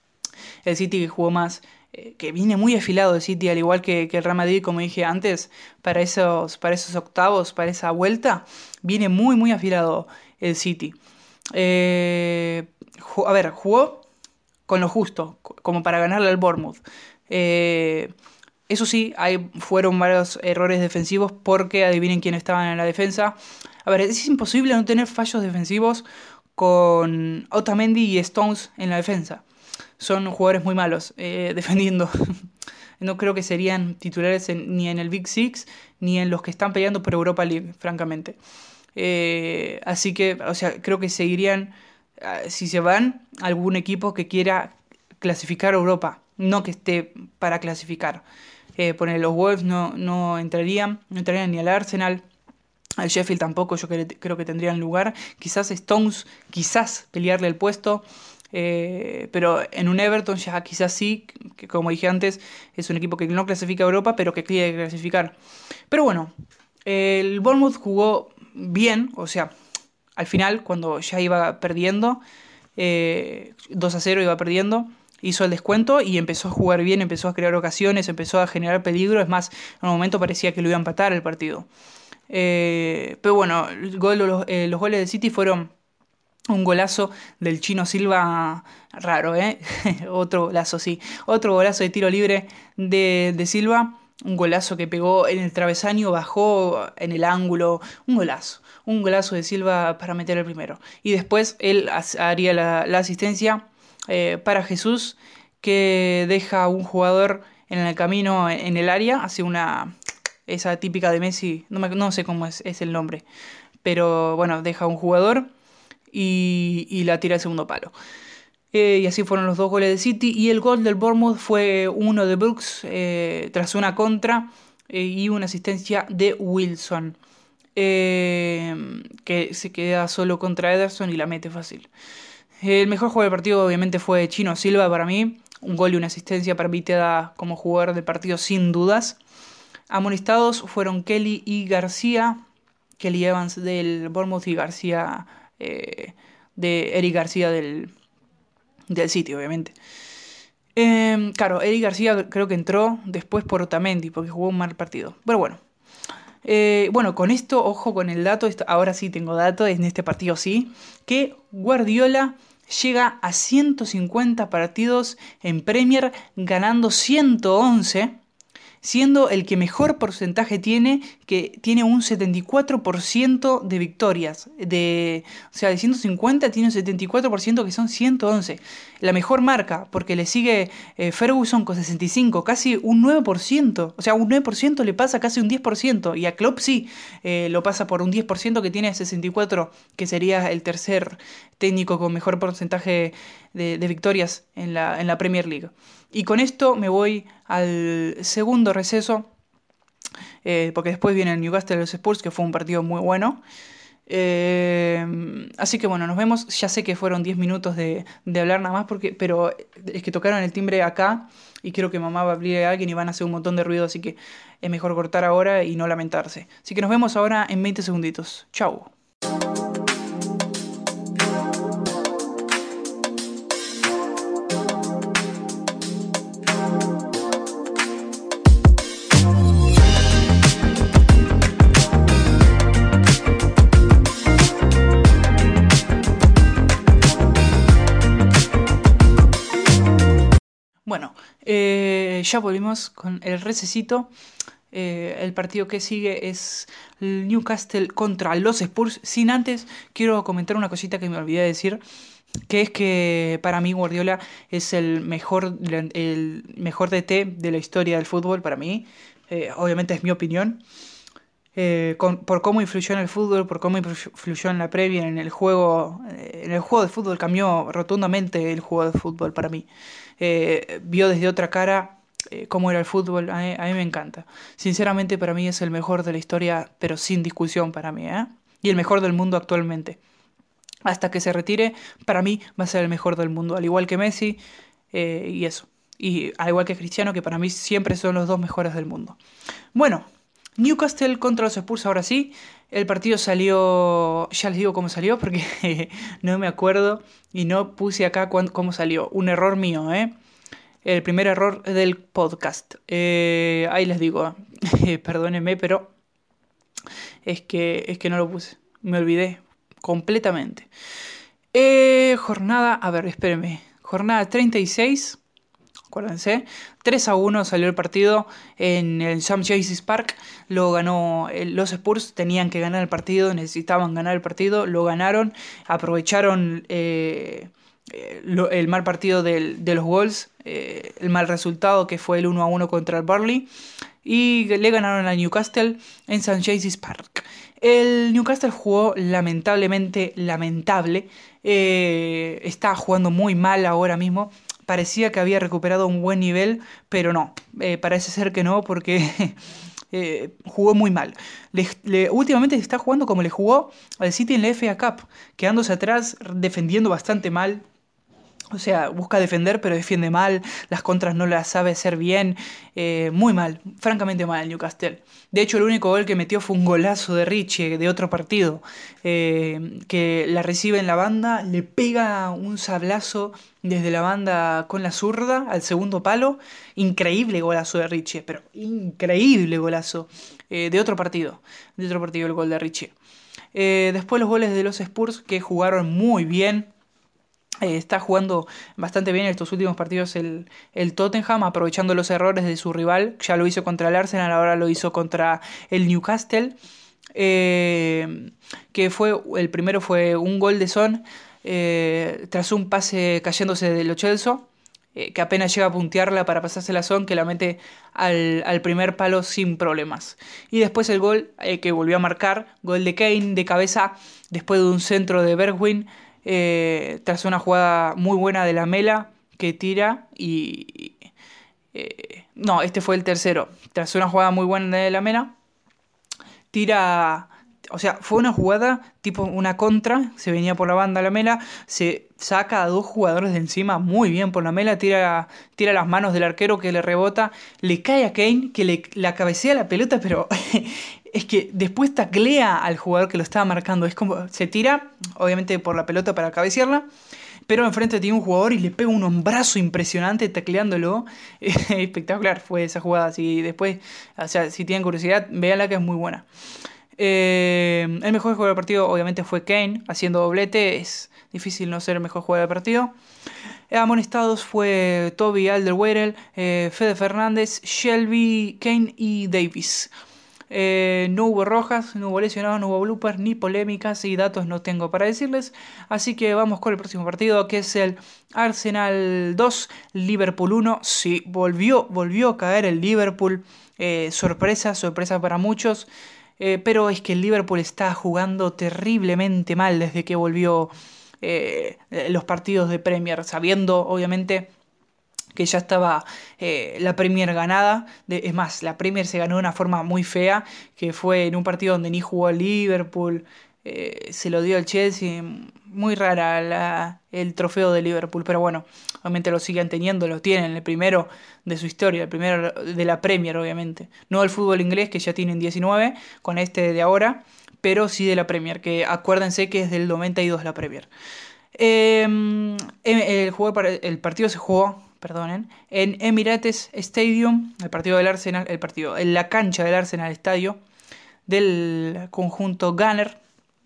El City que jugó más, eh, que viene muy afilado el City, al igual que, que el Real Madrid, como dije antes, para esos, para esos octavos, para esa vuelta, viene muy, muy afilado el City. Eh, ju- a ver, jugó con lo justo, co- como para ganarle al Bournemouth. Eh, Eso sí, hay, fueron varios errores defensivos porque adivinen quién estaban en la defensa. A ver, es imposible no tener fallos defensivos con Otamendi y Stones en la defensa. Son jugadores muy malos eh, defendiendo. No creo que serían titulares en- ni en el Big Six ni en los que están peleando por Europa League, francamente. Eh, así que, o sea, creo que seguirían, ah, si se van, algún equipo que quiera clasificar a Europa, no que esté para clasificar. Eh, poner los Wolves no, no entrarían, no entrarían ni al Arsenal. Al Sheffield tampoco, yo cre- creo que tendrían lugar. Quizás Stones, quizás pelearle el puesto. Eh, pero en un Everton ya quizás sí, que como dije antes, es un equipo que no clasifica a Europa, pero que quiere clasificar. Pero bueno, el Bournemouth jugó bien, o sea, al final, cuando ya iba perdiendo, eh, dos a cero iba perdiendo, hizo el descuento y empezó a jugar bien, empezó a crear ocasiones, empezó a generar peligro. Es más, en un momento parecía que lo iba a empatar el partido. Eh, pero bueno, el gol- los, eh, los goles de City fueron un golazo del Chino Silva raro, ¿eh? Otro golazo, sí. Otro golazo de tiro libre de, de Silva. Un golazo que pegó en el travesaño, bajó en el ángulo. Un golazo. Un golazo de Silva para meter el primero. Y después él haría la, la asistencia eh, para Jesús, que deja a un jugador en el camino, en el área. Hace una... Esa típica de Messi. No, me- no sé cómo es, es el nombre. Pero bueno, deja a un jugador y, y la tira al segundo palo. Eh, y así fueron los dos goles de City. Y el gol del Bournemouth fue uno de Brooks eh, tras una contra eh, y una asistencia de Wilson. eh, que se queda solo contra Ederson y la mete fácil. El mejor jugador del partido obviamente fue Chino Silva para mí. Un gol y una asistencia para mí te da como jugador del partido sin dudas. Amonestados fueron Kelly y García. Kelly Evans del Bournemouth y García eh, de Eric García del, del City, obviamente. Eh, claro, Eric García creo que entró después por Otamendi porque jugó un mal partido. Pero bueno, eh, bueno, con esto, ojo con el dato, esto- ahora sí tengo dato, en este partido sí, que Guardiola llega a ciento cincuenta partidos en Premier ganando ciento once, siendo el que mejor porcentaje tiene, que tiene un setenta y cuatro por ciento de victorias. De, o sea, de ciento cincuenta tiene un setenta y cuatro por ciento que son ciento once. La mejor marca, porque le sigue eh, Ferguson con sesenta y cinco, casi un nueve por ciento. O sea, un nueve por ciento le pasa casi un diez por ciento. Y a Klopp sí, eh, lo pasa por un diez por ciento que tiene sesenta y cuatro, que sería el tercer técnico con mejor porcentaje de, de victorias en la, en la Premier League. Y con esto me voy al segundo receso, eh, porque después viene el Newcastle y los Spurs, que fue un partido muy bueno. Eh, así que bueno, nos vemos. Ya sé que fueron diez minutos de, de hablar nada más, porque, pero es que tocaron el timbre acá y creo que mamá va a abrir a alguien y van a hacer un montón de ruido, así que es mejor cortar ahora y no lamentarse. Así que nos vemos ahora en veinte segunditos. Chau. Bueno, eh, ya volvimos con el recesito. Eh, el partido que sigue es el Newcastle contra los Spurs. Sin antes, quiero comentar una cosita que me olvidé de decir, que es que para mí Guardiola es el mejor, el mejor D T de la historia del fútbol, para mí. Eh, obviamente es mi opinión. Eh, con- por cómo influyó en el fútbol, por cómo influyó en la previa, en el juego, eh, en el juego de fútbol, cambió rotundamente el juego de fútbol para mí. Eh, vio desde otra cara eh, cómo era el fútbol, a mí, a mí me encanta. Sinceramente para mí es el mejor de la historia, pero sin discusión para mí, ¿eh? Y el mejor del mundo actualmente. Hasta que se retire, para mí va a ser el mejor del mundo, al igual que Messi, eh, y eso. Y al igual que Cristiano, que para mí siempre son los dos mejores del mundo. Bueno, Newcastle contra los Spurs ahora sí. El partido salió, ya les digo cómo salió porque no me acuerdo y no puse acá cuán- cómo salió. Un error mío, ¿eh? El primer error del podcast. Eh, ahí les digo, perdónenme, pero es que, es que no lo puse. Me olvidé completamente. Eh, jornada, a ver, espérenme. Jornada treinta y seis, acuérdense. tres a uno salió el partido en el Sam Chase Park. Lo ganó eh, los Spurs, tenían que ganar el partido, necesitaban ganar el partido, lo ganaron, aprovecharon eh, eh, lo- el mal partido del- de los Wolves, eh, el mal resultado que fue el uno a uno contra el Burnley y le ganaron al Newcastle en Saint James's Park. El Newcastle jugó lamentablemente, lamentable. Eh, está jugando muy mal ahora mismo. Parecía que había recuperado un buen nivel, pero no. Eh, parece ser que no, porque eh, jugó muy mal. Le, le- últimamente está jugando como le jugó al City en la F A Cup, quedándose atrás, defendiendo bastante mal. O sea, busca defender, pero defiende mal. Las contras no las sabe hacer bien. Eh, muy mal, francamente mal el Newcastle. De hecho, el único gol que metió fue un golazo de Richie de otro partido. eh, que la recibe en la banda, le pega un sablazo desde la banda con la zurda al segundo palo. Increíble golazo de Richie, pero increíble golazo. Eh, de otro partido. De otro partido el gol de Richie. Eh, después los goles de los Spurs que jugaron muy bien. Eh, está jugando bastante bien en estos últimos partidos el, el Tottenham, aprovechando los errores de su rival. Ya lo hizo contra el Arsenal, ahora lo hizo contra el Newcastle. Eh, que fue, el primero fue un gol de Son eh, tras un pase cayéndose de Lo Celso, eh, que apenas llega a puntearla para pasársela a Son, que la mete al, al primer palo sin problemas. Y después el gol eh, que volvió a marcar, gol de Kane de cabeza, después de un centro de Bergwijn, eh, tras una jugada muy buena de la Mela que tira y... eh, no, este fue el tercero. Tras una jugada muy buena de la Mela, tira... O sea, fue una jugada tipo una contra, se venía por la banda la Mela, se saca a dos jugadores de encima muy bien por la Mela, tira, tira las manos del arquero que le rebota, le cae a Kane, que le la cabecea la pelota, pero es que después taclea al jugador que lo estaba marcando. Es como, se tira, obviamente por la pelota para cabecearla, pero enfrente tiene un jugador y le pega un hombrazo impresionante tacleándolo. Espectacular fue esa jugada. Si después, o sea, si tienen curiosidad, véanla que es muy buena. Eh, el mejor jugador del partido obviamente fue Kane, haciendo doblete. Es difícil no ser el mejor jugador del partido. Eh, amonestados fue Toby Alderweireld, eh, Fede Fernández, Shelby, Kane y Davis. Eh, no hubo rojas, no hubo lesionados, no hubo bloopers, ni polémicas y datos no tengo para decirles. Así que vamos con el próximo partido, que es el Arsenal dos, Liverpool uno. Sí, volvió, volvió a caer el Liverpool. Eh, sorpresa, sorpresa para muchos. Eh, pero es que el Liverpool está jugando terriblemente mal desde que volvió eh, los partidos de Premier, sabiendo obviamente que ya estaba eh, la Premier ganada. De, es más, la Premier se ganó de una forma muy fea, que fue en un partido donde ni jugó el Liverpool, eh, se lo dio al Chelsea. Muy rara la, el trofeo de Liverpool, pero bueno, obviamente lo siguen teniendo, lo tienen, el primero de su historia, el primero de la Premier, obviamente. No el fútbol inglés, que ya tienen diecinueve, con este de ahora, pero sí de la Premier, que acuérdense que es del noventa y dos la Premier. Eh, el, juego, el partido se jugó, perdonen, en Emirates Stadium, el partido del Arsenal, el partido, en la cancha del Arsenal Estadio del conjunto Gunner.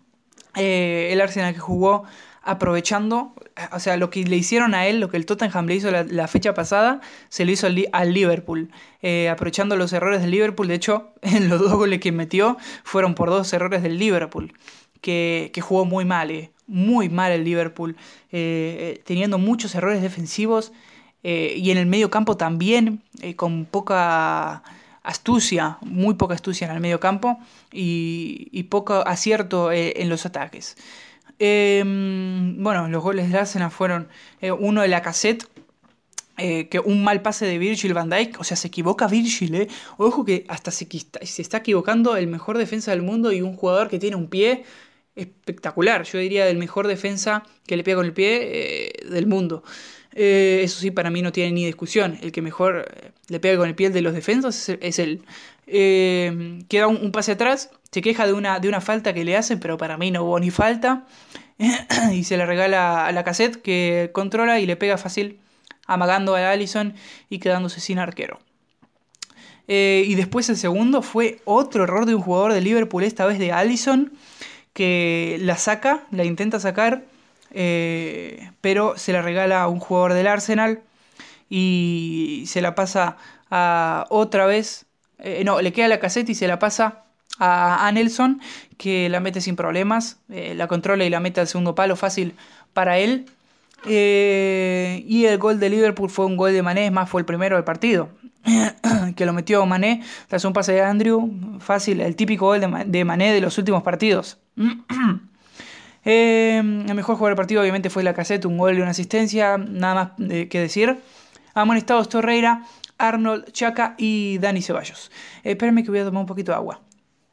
Eh, el Arsenal que jugó aprovechando, o sea, lo que le hicieron a él, lo que el Tottenham le hizo la, la fecha pasada, se lo hizo al, al Liverpool, eh, aprovechando los errores del Liverpool. De hecho, en los dos goles que metió fueron por dos errores del Liverpool, que, que jugó muy mal, eh, muy mal el Liverpool, eh, teniendo muchos errores defensivos, eh, y en el medio campo también, eh, con poca astucia, muy poca astucia en el medio campo y, y poco acierto eh, en los ataques. Eh, bueno, los goles de Arsenal fueron eh, uno de la cassette, eh, que un mal pase de Virgil van Dijk. O sea, se equivoca Virgil, eh. Ojo que hasta se, se está equivocando el mejor defensa del mundo y un jugador que tiene un pie espectacular. Yo diría el mejor defensa que le pega con el pie eh, del mundo. Eh, eso sí, para mí no tiene ni discusión. El que mejor eh, le pega con el pie de los defensas es, es él. Eh, queda un, un pase atrás, se queja de una, de una falta que le hacen, pero para mí no hubo ni falta. Y se le regala a la cassette, que controla y le pega fácil, amagando a Alisson y quedándose sin arquero. Eh, y después el segundo fue otro error de un jugador de Liverpool, esta vez de Alisson, que la saca, la intenta sacar, eh, pero se la regala a un jugador del Arsenal y se la pasa a otra vez, eh, no, le queda la caseta y se la pasa a, a Nelson, que la mete sin problemas, eh, la controla y la mete al segundo palo fácil para él. Eh, y el gol de Liverpool fue un gol de Mané, es más, fue el primero del partido, que lo metió Mané tras un pase de Andrew, fácil, el típico gol de, Ma- de Mané de los últimos partidos. Eh, el mejor jugador del partido obviamente fue Lacazette, un gol y una asistencia, nada más eh, que decir. Amonestados Torreira, Arnold, Chaka y Dani Ceballos. Eh, espérenme que voy a tomar un poquito de agua.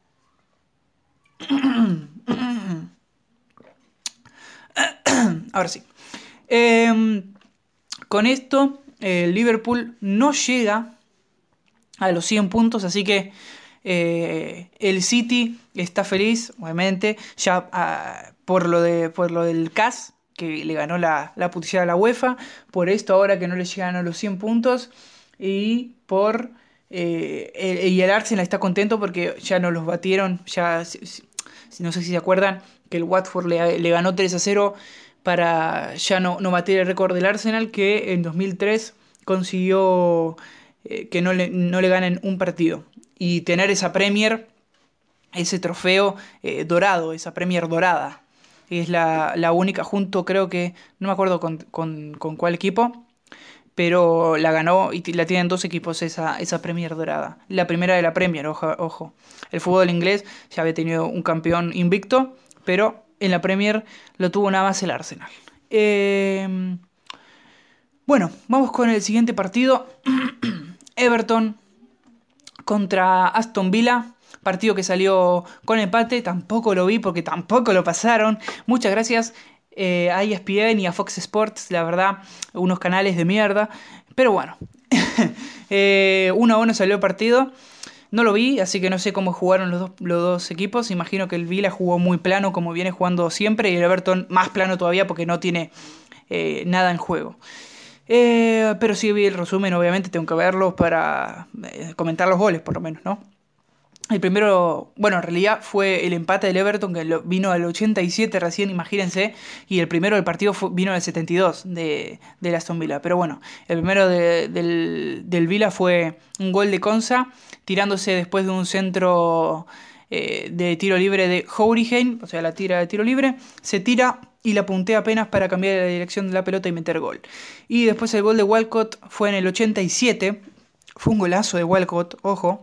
Ahora sí. Eh, con esto, el Liverpool no llega a los cien puntos, así que eh, el City está feliz, obviamente, ya ah, por lo de por lo del C A S, que le ganó la, la putillada a la UEFA, por esto ahora que no le llegan a los cien puntos, y por eh, el, y el Arsenal está contento porque ya no los batieron, ya si- si- si- no sé si se acuerdan que el Watford le, le ganó tres a cero para ya no, no batir el récord del Arsenal, que en dos mil tres consiguió eh, que no le, no le ganen un partido. Y tener esa Premier, ese trofeo eh, dorado, esa Premier dorada. Es la, la única, junto creo que, no me acuerdo con, con, con cuál equipo, pero la ganó y la tienen dos equipos esa, esa Premier dorada. La primera de la Premier, ojo, ojo. El fútbol inglés ya había tenido un campeón invicto, pero en la Premier lo tuvo nada más el Arsenal. Eh, bueno, vamos con el siguiente partido. Everton contra Aston Villa. Partido que salió con empate. Tampoco lo vi porque tampoco lo pasaron. Muchas gracias eh, a E S P N y a Fox Sports. La verdad, unos canales de mierda. Pero bueno. eh, uno a uno salió el partido. No lo vi, así que no sé cómo jugaron los dos, los dos equipos. Imagino que el Villa jugó muy plano como viene jugando siempre. Y el Everton más plano todavía porque no tiene eh, nada en juego. Eh, pero sí vi el resumen, obviamente tengo que verlo para eh, comentar los goles, por lo menos, ¿no? El primero, bueno, en realidad fue el empate del Everton que lo- vino al ochenta y siete recién, imagínense, y el primero del partido fue- vino al setenta y dos de, del Aston Villa. Pero bueno, el primero de- del, del Villa fue un gol de Konsa, tirándose después de un centro eh, de tiro libre de Hourigen, o sea, la tira de tiro libre, se tira y la puntea apenas para cambiar la dirección de la pelota y meter gol. Y después el gol de Walcott fue en el ochenta y siete, fue un golazo de Walcott, ojo,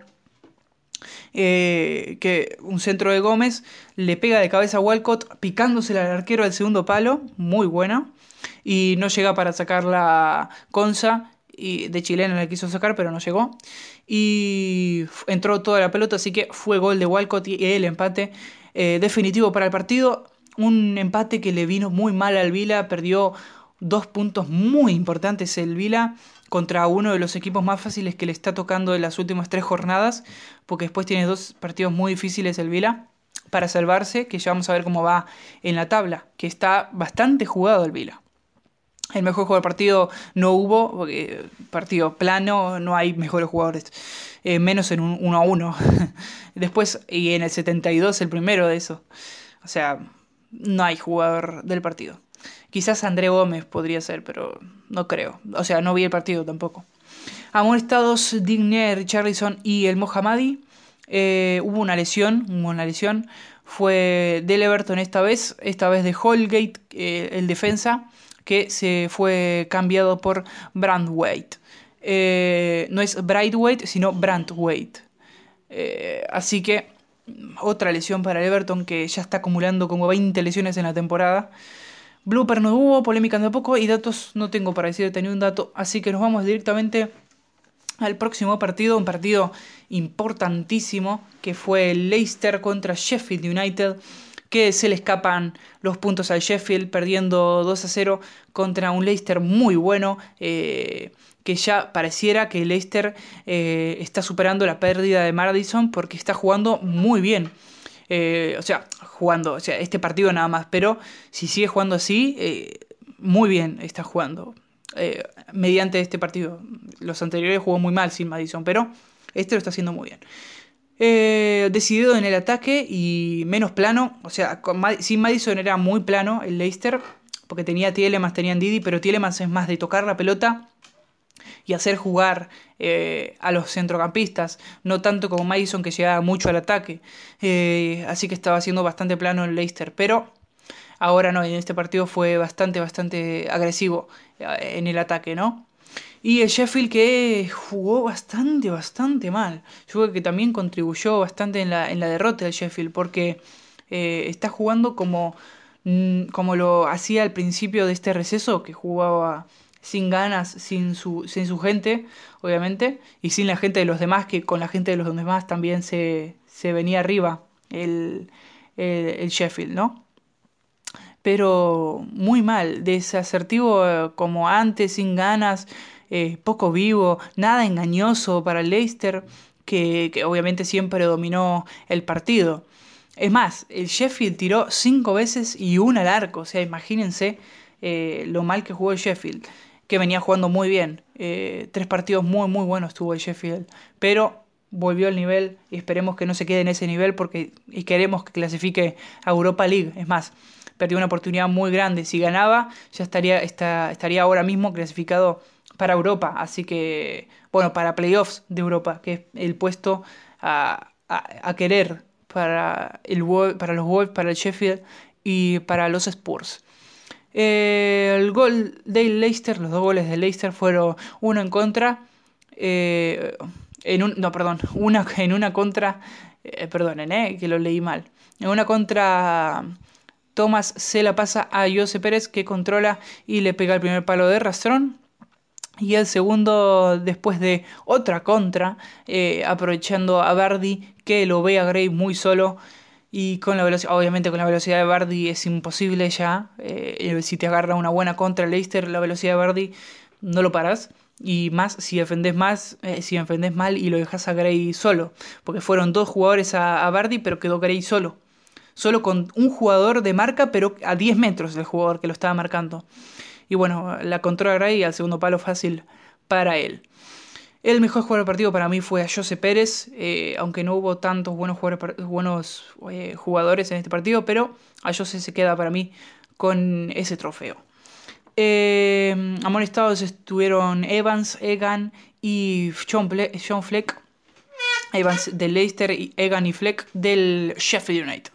eh, que un centro de Gómez le pega de cabeza a Walcott picándose al arquero del segundo palo, muy buena, y no llega para sacar la Conza, y de chilena le quiso sacar, pero no llegó, y entró toda la pelota, así que fue gol de Walcott y el empate eh, definitivo para el partido, un empate que le vino muy mal al Vila, perdió dos puntos muy importantes el Vila contra uno de los equipos más fáciles que le está tocando en las últimas tres jornadas, porque después tiene dos partidos muy difíciles el Vila para salvarse, que ya vamos a ver cómo va en la tabla, que está bastante jugado el Vila. El mejor jugador del partido no hubo, porque partido plano, no hay mejores jugadores, eh, menos en un uno a uno. Después, y en el setenta y dos el primero de eso. O sea, no hay jugador del partido. Quizás André Gómez podría ser, pero no creo. O sea, no vi el partido tampoco. Amonestados Digner, Richarlison y el Mohammadi. Eh, hubo una lesión, hubo una lesión. Fue del Everton esta vez, esta vez de Holgate, eh, el defensa, que se fue cambiado por Brandwaite. Eh, no es Brightwaite, sino Brandwaite. Eh, así que otra lesión para el Everton que ya está acumulando como veinte lesiones en la temporada. Blooper no hubo, polémica tampoco y datos no tengo para decirte ni un dato. Así que nos vamos directamente al próximo partido, un partido importantísimo que fue el Leicester contra Sheffield United, que se le escapan los puntos al Sheffield perdiendo dos a cero contra un Leicester muy bueno, eh, que ya pareciera que el Leicester eh, está superando la pérdida de Maddison porque está jugando muy bien. Eh, o sea, jugando, o sea, este partido nada más, pero si sigue jugando así, eh, muy bien está jugando. Eh, mediante este partido. Los anteriores jugó muy mal sin Madison, pero este lo está haciendo muy bien. Eh, decidido en el ataque y menos plano, o sea, con, sin Madison era muy plano el Leicester, porque tenía Tielemans, tenía Ndidi, pero Tielemans es más de tocar la pelota y hacer jugar eh, a los centrocampistas, no tanto como Maddison que llegaba mucho al ataque. Eh, así que estaba haciendo bastante plano el Leicester, pero ahora no, en este partido fue bastante, bastante agresivo eh, en el ataque, ¿no? Y el Sheffield que jugó bastante, bastante mal. Yo creo que también contribuyó bastante en la, en la derrota del Sheffield, porque eh, está jugando como, mm, como lo hacía al principio de este receso, que jugaba sin ganas, sin su, sin su gente, obviamente, y sin la gente de los demás, que con la gente de los demás también se, se venía arriba el, el, el Sheffield, ¿no? Pero muy mal, desasertivo eh, como antes, sin ganas, eh, poco vivo, nada engañoso para el Leicester, que, que obviamente siempre dominó el partido. Es más, el Sheffield tiró cinco veces y una al arco, o sea, imagínense eh, lo mal que jugó el Sheffield, que venía jugando muy bien. Eh, tres partidos muy, muy buenos tuvo el Sheffield, pero volvió al nivel y esperemos que no se quede en ese nivel porque y queremos que clasifique a Europa League. Es más, perdió una oportunidad muy grande. Si ganaba, ya estaría, está, estaría ahora mismo clasificado para Europa. Así que, bueno, para playoffs de Europa, que es el puesto a, a, a querer para, el, para los Wolves, para el Sheffield y para los Spurs. Eh, el gol del Leicester, los dos goles del Leicester fueron uno en contra. Eh, en un, no, perdón, una, en una contra. Eh, perdonen, eh, que lo leí mal. En una contra. Thomas se la pasa a Jose Pérez que controla y le pega el primer palo de rastrón. Y el segundo después de otra contra, eh, aprovechando a Vardy que lo ve a Gray muy solo. Y con la velocidad, obviamente con la velocidad de Vardy es imposible ya. Eh, si te agarra una buena contra Leicester, la velocidad de Vardy no lo paras. Y más si defendés más, eh, si defendés mal y lo dejas a Gray solo. Porque fueron dos jugadores a, a Vardy, pero quedó Gray solo. Solo con un jugador de marca, pero a diez metros del jugador que lo estaba marcando. Y bueno, la controla Gray al segundo palo fácil para él. El mejor jugador del partido para mí fue a Jose Pérez, eh, aunque no hubo tantos buenos, jugadores, buenos eh, jugadores en este partido, pero a Jose se queda para mí con ese trofeo. Eh, amonestados estuvieron Evans, Egan y John, Ble John Fleck. Evans del Leicester y Egan y Fleck del Sheffield United.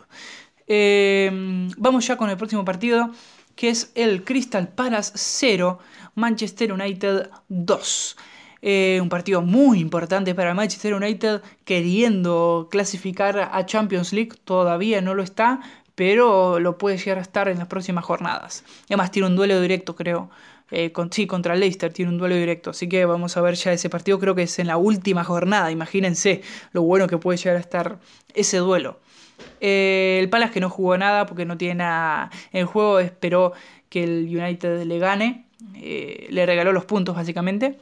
Eh, vamos ya con el próximo partido, que es el Crystal Palace cero, Manchester United dos. Eh, un partido muy importante para Manchester United, queriendo clasificar a Champions League. Todavía no lo está, pero lo puede llegar a estar en las próximas jornadas. Además tiene un duelo directo, creo. Eh, con, sí, contra el Leicester tiene un duelo directo. Así que vamos a ver ya ese partido. Creo que es en la última jornada. Imagínense lo bueno que puede llegar a estar ese duelo. Eh, el Palace que no jugó nada porque no tiene nada en juego. Esperó que el United le gane. Eh, le regaló los puntos básicamente.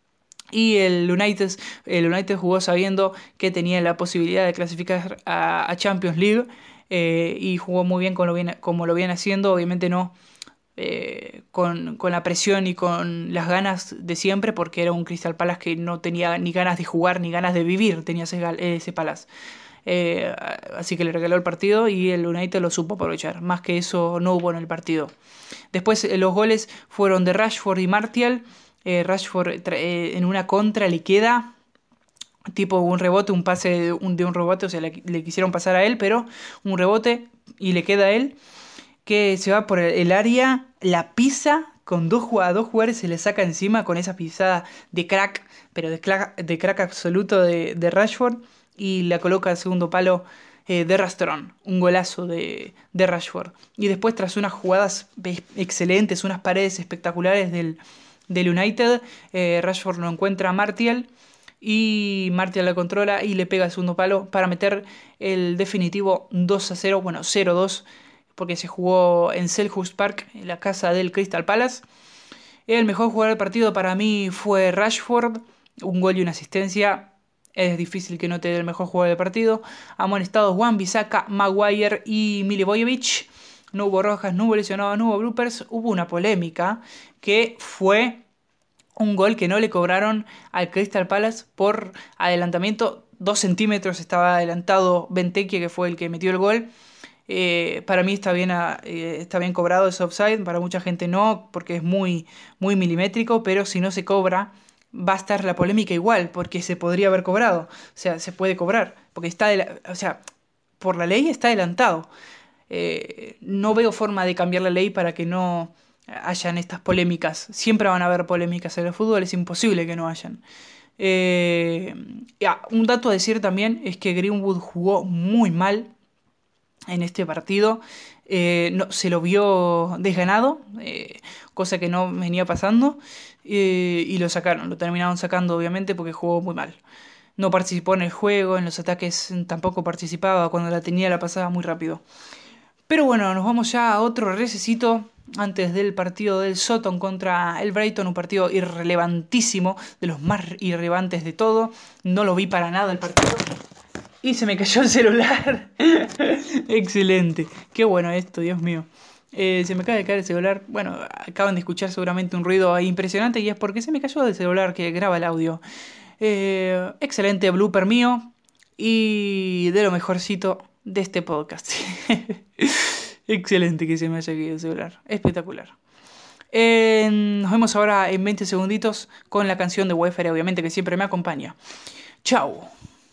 Y el United, el United jugó sabiendo que tenía la posibilidad de clasificar a, a Champions League. Eh, y jugó muy bien como lo viene, como lo viene haciendo. Obviamente no eh, con, con la presión y con las ganas de siempre, porque era un Crystal Palace que no tenía ni ganas de jugar ni ganas de vivir, tenía ese, ese Palace. Eh, así que le regaló el partido y el United lo supo aprovechar. Más que eso no hubo en el partido. Después eh, los goles fueron de Rashford y Martial. Eh, Rashford eh, en una contra le queda tipo un rebote, un pase de un, de un rebote, o sea, le, le quisieron pasar a él, pero un rebote y le queda a él, que se va por el área, la pisa con dos jugadores, dos jugadores se le saca encima con esa pisada de crack, pero de crack, de crack absoluto de, de Rashford, y la coloca al segundo palo eh, de Rastrón, un golazo de, de Rashford. Y después tras unas jugadas excelentes, unas paredes espectaculares del, del United, eh, Rashford lo encuentra a Martial, y Martial la controla y le pega al segundo palo para meter el definitivo dos a cero, bueno, cero dos, porque se jugó en Selhurst Park, en la casa del Crystal Palace. El mejor jugador del partido para mí fue Rashford, un gol y una asistencia. Es difícil que no te dé el mejor jugador del partido. Amonestados Wan-Bissaka, Maguire y Milivojevic. No hubo rojas, no hubo lesionados, no hubo bloopers. Hubo una polémica que fue un gol que no le cobraron al Crystal Palace por adelantamiento. Dos centímetros estaba adelantado Benteke, que fue el que metió el gol. Eh, para mí está bien, a- eh, está bien cobrado ese offside, para mucha gente no, porque es muy, muy milimétrico, pero si no se cobra, va a estar la polémica igual, porque se podría haber cobrado. O sea, se puede cobrar, porque está, adela- o sea, por la ley está adelantado. Eh, no veo forma de cambiar la ley para que no hayan estas polémicas. Siempre van a haber polémicas en el fútbol, es imposible que no hayan. Eh, ya, un dato a decir también es que Greenwood jugó muy mal en este partido. Eh, no, se lo vio desganado, eh, cosa que no venía pasando, eh, y lo sacaron, lo terminaron sacando obviamente porque jugó muy mal. No participó en el juego, en los ataques tampoco participaba, cuando la tenía la pasaba muy rápido. Pero bueno, nos vamos ya a otro recesito antes del partido del Soton contra el Brighton, un partido irrelevantísimo, de los más irrelevantes de todo. No lo vi para nada el partido. Y se me cayó el celular. Excelente. Qué bueno esto, Dios mío. Eh, se me acaba de caer el celular. Bueno, acaban de escuchar seguramente un ruido ahí impresionante y es porque se me cayó del celular que graba el audio. Eh, excelente blooper mío y de lo mejorcito de este podcast. Excelente que se me haya caído el celular. Espectacular. Eh, nos vemos ahora en veinte segunditos con la canción de Wi-Fi, obviamente, que siempre me acompaña. Chao.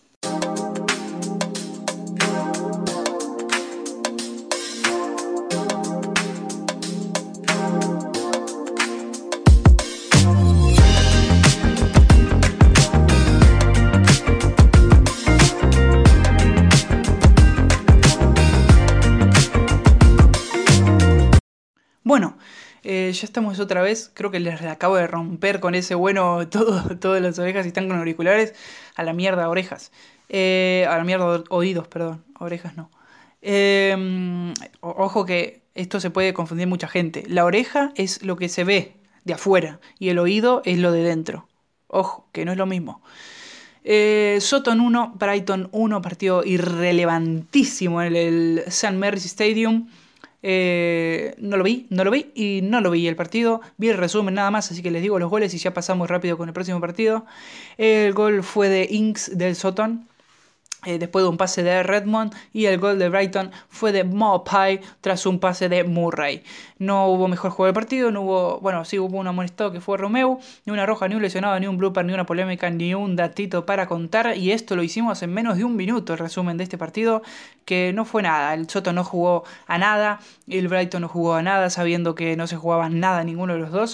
Bueno, eh, ya estamos otra vez. Creo que les acabo de romper con ese bueno todo, todas las orejas y están con auriculares. A la mierda, orejas. Eh, a la mierda, oídos, perdón. Orejas no. Eh, o- ojo que esto se puede confundir mucha gente. La oreja es lo que se ve de afuera y el oído es lo de dentro. Ojo, que no es lo mismo. Eh, Soton uno, Brighton uno, partido irrelevantísimo en el Saint Mary's Stadium. Eh, no lo vi, no lo vi y no lo vi el partido. Vi el resumen nada más, así que les digo los goles y ya pasamos rápido con el próximo partido. El gol fue de Inks del Soton, eh, después de un pase de Redmond, y el gol de Brighton fue de Maupay tras un pase de Murray. No hubo mejor juego del partido, no hubo, bueno, sí hubo un amonestado que fue Romeu, ni una roja, ni un lesionado, ni un blooper, ni una polémica, ni un datito para contar, y esto lo hicimos en menos de un minuto, el resumen de este partido, que no fue nada. El Soto no jugó a nada, el Brighton no jugó a nada, sabiendo que no se jugaba nada ninguno de los dos.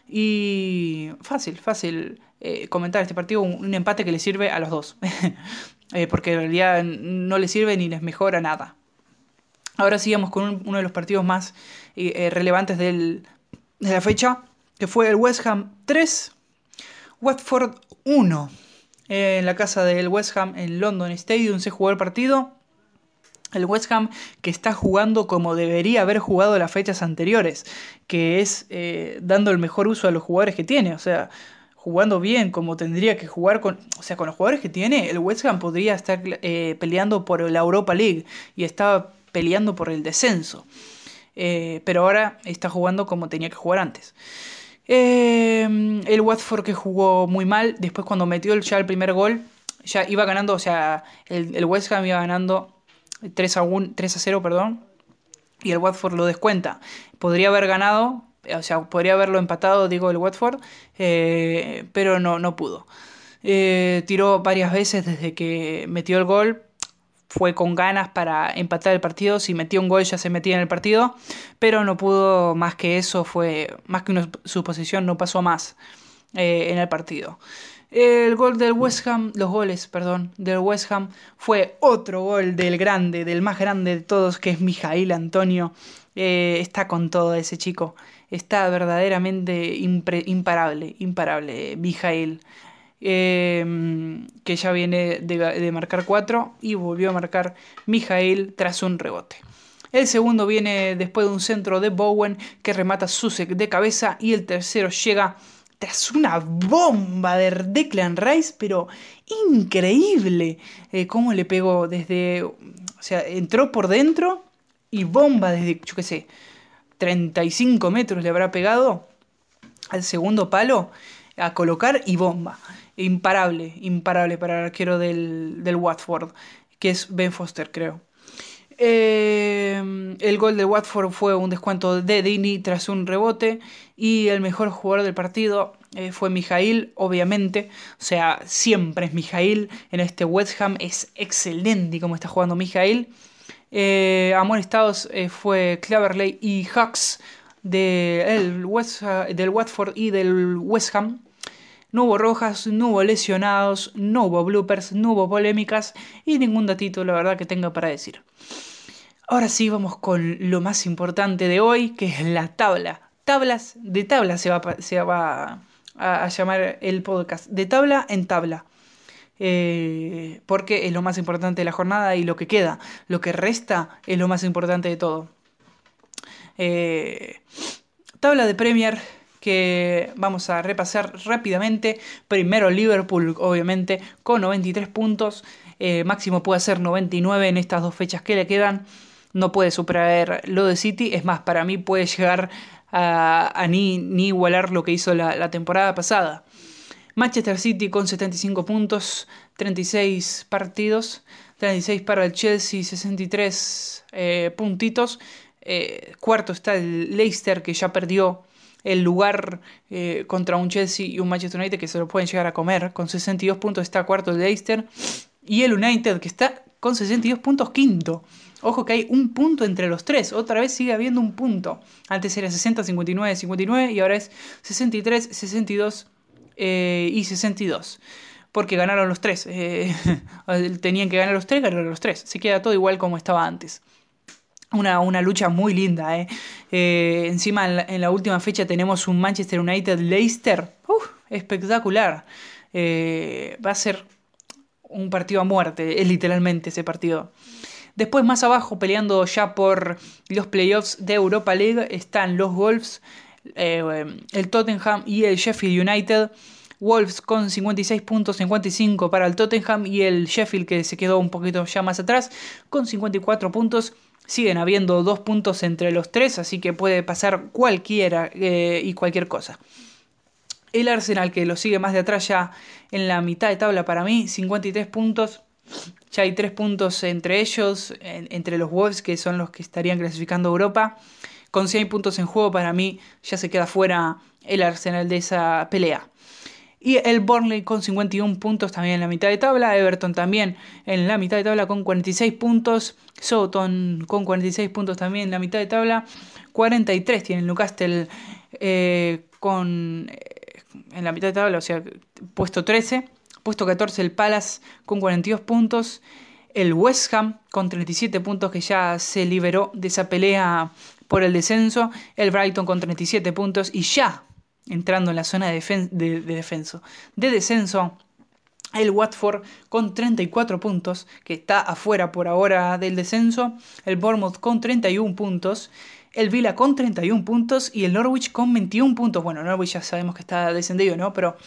Y fácil, fácil eh, comentar este partido, un, un empate que le sirve a los dos. Eh, porque en realidad no les sirve ni les mejora nada. Ahora sigamos con un- uno de los partidos más eh, eh, relevantes del- de la fecha, que fue el West Ham tres, Watford uno. Eh, en la casa del West Ham en London Stadium se jugó el partido. El West Ham que está jugando como debería haber jugado las fechas anteriores, que es eh, dando el mejor uso a los jugadores que tiene, o sea, jugando bien como tendría que jugar con, o sea, con los jugadores que tiene, el West Ham podría estar eh, peleando por la Europa League y estaba peleando por el descenso. Eh, pero ahora está jugando como tenía que jugar antes. Eh, el Watford que jugó muy mal, después cuando metió el- ya el primer gol, ya iba ganando, o sea, el, el West Ham iba ganando tres a uno, tres a cero, perdón, y el Watford lo descuenta. Podría haber ganado, o sea, podría haberlo empatado, digo, el Watford, eh, pero no, no pudo. Eh, tiró varias veces desde que metió el gol, fue con ganas para empatar el partido. Si metió un gol ya se metía en el partido, pero no pudo más que eso, fue más que una suposición, no pasó más eh, en el partido. El gol del West Ham, los goles, perdón, del West Ham fue otro gol del grande, del más grande de todos, que es Mijail Antonio. Eh, está con todo ese chico. Está verdaderamente impre- imparable, imparable, Mijail. Eh, que ya viene de, de marcar cuatro y volvió a marcar Mijail tras un rebote. El segundo viene después de un centro de Bowen que remata Susek de cabeza y el tercero llega tras una bomba de Declan Rice, pero increíble eh, cómo le pegó desde, o sea, entró por dentro y bomba desde, yo qué sé, treinta y cinco metros le habrá pegado al segundo palo a colocar y bomba. Imparable, imparable para el arquero del, del Watford, que es Ben Foster, creo. Eh, el gol de Watford fue un descuento de Dini tras un rebote y el mejor jugador del partido eh, fue Mijail, obviamente. O sea, siempre es Mijail. En este West Ham es excelente como está jugando Mijail. Eh, amonestados eh, fue Cleverley y Hux de el West, del Watford y del West Ham. No hubo rojas, no hubo lesionados, no hubo bloopers, no hubo polémicas y ningún datito, la verdad, que tenga para decir. Ahora sí, vamos con lo más importante de hoy, que es la tabla. Tablas, de tabla se va, se va a, a llamar el podcast. De tabla en tabla. Eh, porque es lo más importante de la jornada y lo que queda. Lo que resta es lo más importante de todo. Eh, tabla de Premier que vamos a repasar rápidamente. Primero Liverpool, obviamente, con noventa y tres puntos. Eh, máximo puede ser noventa y nueve en estas dos fechas que le quedan. No puede superar lo de City. Es más, para mí puede llegar a, a ni, ni igualar lo que hizo la, la temporada pasada. Manchester City con setenta y cinco puntos, treinta y seis partidos, treinta y seis para el Chelsea, sesenta y tres eh, puntitos. Eh, cuarto está el Leicester, que ya perdió el lugar eh, contra un Chelsea y un Manchester United que se lo pueden llegar a comer. Con sesenta y dos puntos está cuarto el Leicester. Y el United, que está con sesenta y dos puntos quinto. Ojo que hay un punto entre los tres. Otra vez sigue habiendo un punto. Antes era sesenta, cincuenta y nueve, cincuenta y nueve y ahora es sesenta y tres, sesenta y dos eh, y sesenta y dos. Porque ganaron los tres. Eh, tenían que ganar los tres, ganaron los tres. Se queda todo igual como estaba antes. Una, una lucha muy linda, ¿eh? Eh, encima en la, en la última fecha tenemos un Manchester United-Leicester. Uf, espectacular. Eh, va a ser un partido a muerte, es literalmente ese partido. Después más abajo, peleando ya por los playoffs de Europa League, están los Wolves, eh, el Tottenham y el Sheffield United. Wolves con cincuenta y seis puntos, cincuenta y cinco para el Tottenham y el Sheffield, que se quedó un poquito ya más atrás, con cincuenta y cuatro puntos. Siguen habiendo dos puntos entre los tres, así que puede pasar cualquiera eh, y cualquier cosa. El Arsenal, que lo sigue más de atrás ya en la mitad de tabla para mí, cincuenta y tres puntos. Ya hay tres puntos entre ellos, en, entre los Wolves, que son los que estarían clasificando a Europa. Con cien puntos en juego, para mí ya se queda fuera el Arsenal de esa pelea. Y el Burnley con cincuenta y uno puntos también en la mitad de tabla. Everton también en la mitad de tabla con cuarenta y seis puntos. Southampton con cuarenta y seis puntos también en la mitad de tabla. cuarenta y tres tiene el Newcastle eh, con, eh, en la mitad de tabla, o sea, puesto trece. Puesto catorce el Palace con cuarenta y dos puntos. El West Ham con treinta y siete puntos, que ya se liberó de esa pelea por el descenso. El Brighton con treinta y siete puntos y ya entrando en la zona de, defen- de, de defenso. De descenso, el Watford con treinta y cuatro puntos, que está afuera por ahora del descenso. El Bournemouth con treinta y uno puntos. El Villa con treinta y uno puntos y el Norwich con veintiuno puntos. Bueno, Norwich ya sabemos que está descendido, ¿no? Pero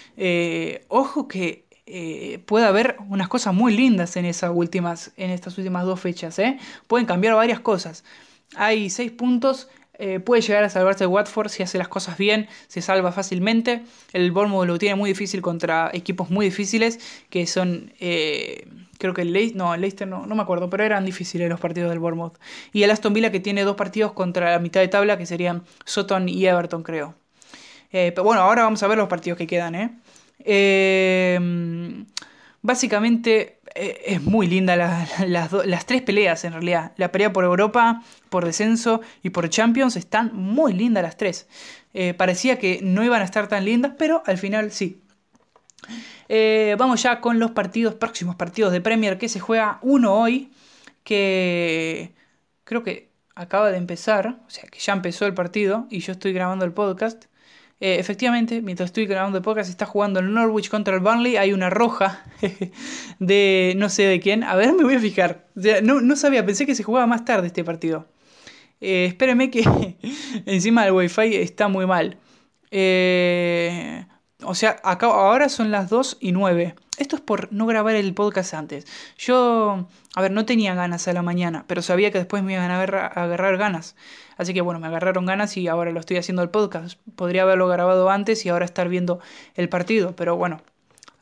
eh, ojo que eh, puede haber unas cosas muy lindas en, esas últimas, en estas últimas dos fechas, ¿eh? Pueden cambiar varias cosas. Hay seis puntos. Eh, puede llegar a salvarse el Watford si hace las cosas bien, se salva fácilmente. El Bournemouth lo tiene muy difícil contra equipos muy difíciles, que son, eh, creo que el Leicester, no, el Leicester no, no me acuerdo, pero eran difíciles los partidos del Bournemouth. Y el Aston Villa, que tiene dos partidos contra la mitad de tabla, que serían Soton y Everton, creo. Eh, pero bueno, ahora vamos a ver los partidos que quedan, ¿eh? Eh, básicamente eh, es muy linda la- las, do- las tres peleas en realidad. La pelea por Europa, por descenso y por Champions están muy lindas las tres. Eh, parecía que no iban a estar tan lindas, pero al final sí. Eh, vamos ya con los partidos, próximos partidos de Premier que se juega uno hoy, que creo que acaba de empezar, o sea que ya empezó el partido y yo estoy grabando el podcast. Eh, efectivamente, mientras estoy grabando el podcast, está jugando el Norwich contra el Burnley. Hay una roja de no sé de quién. A ver, me voy a fijar. O sea, no, no sabía, pensé que se jugaba más tarde este partido. Eh, espéreme que encima el wifi está muy mal. Eh, o sea, acá, ahora son las dos y nueve. Esto es por no grabar el podcast antes. Yo, a ver, no tenía ganas a la mañana, pero sabía que después me iban a agarrar, a agarrar ganas. Así que bueno, me agarraron ganas y ahora lo estoy haciendo el podcast. Podría haberlo grabado antes y ahora estar viendo el partido, pero bueno,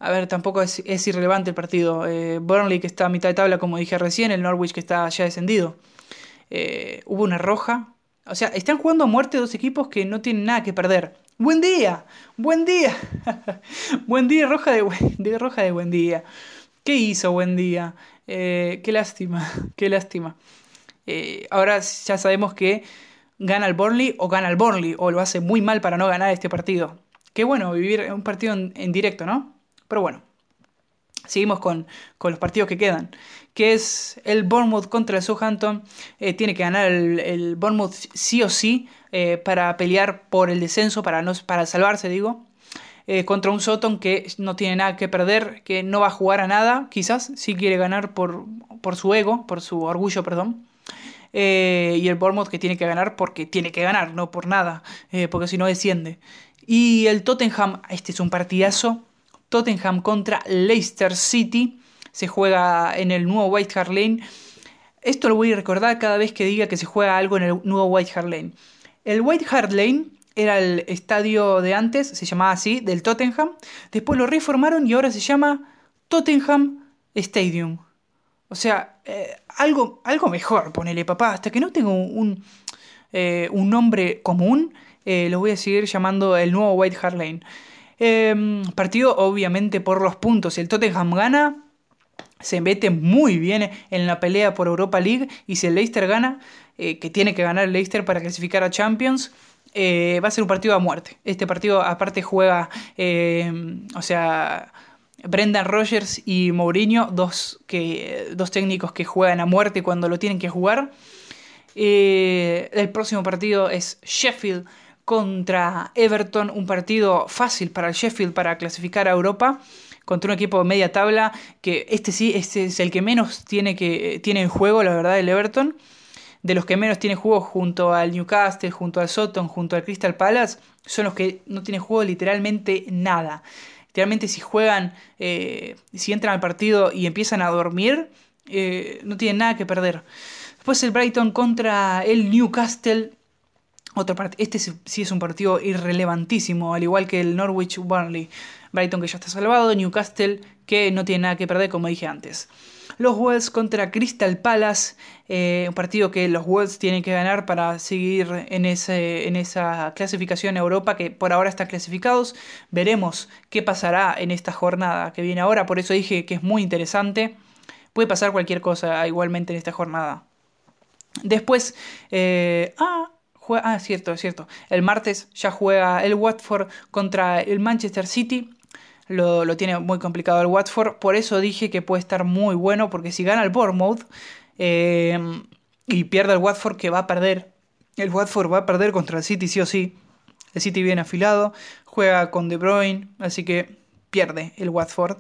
a ver, tampoco es, es irrelevante el partido. Eh, Burnley que está a mitad de tabla, como dije recién, el Norwich que está ya descendido. Eh, hubo una roja. O sea, están jugando a muerte dos equipos que no tienen nada que perder. ¡Buen día! ¡Buen día! Buen día, roja de, buen, de roja de buen día. ¿Qué hizo buen día? Eh, qué lástima, qué lástima. Eh, ahora ya sabemos que gana el Burnley o gana el Burnley, o lo hace muy mal para no ganar este partido. Qué bueno vivir un partido en, en directo, ¿no? Pero bueno, seguimos con, con los partidos que quedan. Que es el Bournemouth contra el Southampton. Eh, tiene que ganar el, el Bournemouth sí o sí eh, para pelear por el descenso, para, no, para salvarse, digo. Eh, contra un Soton que no tiene nada que perder, que no va a jugar a nada, quizás, si quiere ganar por, por su ego, por su orgullo, perdón. Eh, y el Bournemouth que tiene que ganar porque tiene que ganar, no por nada, eh, porque si no desciende. Y el Tottenham, este es un partidazo. Tottenham contra Leicester City. Se juega en el nuevo White Hart Lane. Esto lo voy a recordar cada vez que diga que se juega algo en el nuevo White Hart Lane. El White Hart Lane era el estadio de antes, se llamaba así, del Tottenham. Después lo reformaron y ahora se llama Tottenham Stadium. O sea, eh, algo, algo mejor, ponele papá. Hasta que no tenga un, un, eh, un nombre común, eh, lo voy a seguir llamando el nuevo White Hart Lane. Eh, partido obviamente por los puntos. El Tottenham gana, se mete muy bien en la pelea por Europa League. Y si el Leicester gana, eh, que tiene que ganar el Leicester para clasificar a Champions, eh, va a ser un partido a muerte. Este partido aparte juega, eh, o sea, Brendan Rodgers y Mourinho, dos, que, dos técnicos que juegan a muerte cuando lo tienen que jugar. Eh, el próximo partido es Sheffield contra Everton, un partido fácil para el Sheffield para clasificar a Europa contra un equipo de media tabla, que este sí, este es el que menos tiene, que, tiene en juego, la verdad, el Everton. De los que menos tiene juego junto al Newcastle, junto al Soton, junto al Crystal Palace, son los que no tienen juego literalmente nada. Literalmente si juegan, eh, si entran al partido y empiezan a dormir, eh, no tienen nada que perder. Después el Brighton contra el Newcastle. Otro part- este sí es un partido irrelevantísimo, al igual que el Norwich Burnley. Brighton que ya está salvado, Newcastle que no tiene nada que perder, como dije antes. Los Wolves contra Crystal Palace, eh, un partido que los Wolves tienen que ganar para seguir en, ese, en esa clasificación a Europa, que por ahora están clasificados. Veremos qué pasará en esta jornada que viene ahora, por eso dije que es muy interesante. Puede pasar cualquier cosa igualmente en esta jornada. Después, eh, ah, juega, ah, cierto, cierto. El martes ya juega el Watford contra el Manchester City. Lo, lo tiene muy complicado el Watford. Por eso dije que puede estar muy bueno. Porque si gana el Bournemouth eh, y pierde el Watford, que va a perder. El Watford va a perder contra el City sí o sí. El City viene afilado. Juega con De Bruyne. Así que pierde el Watford.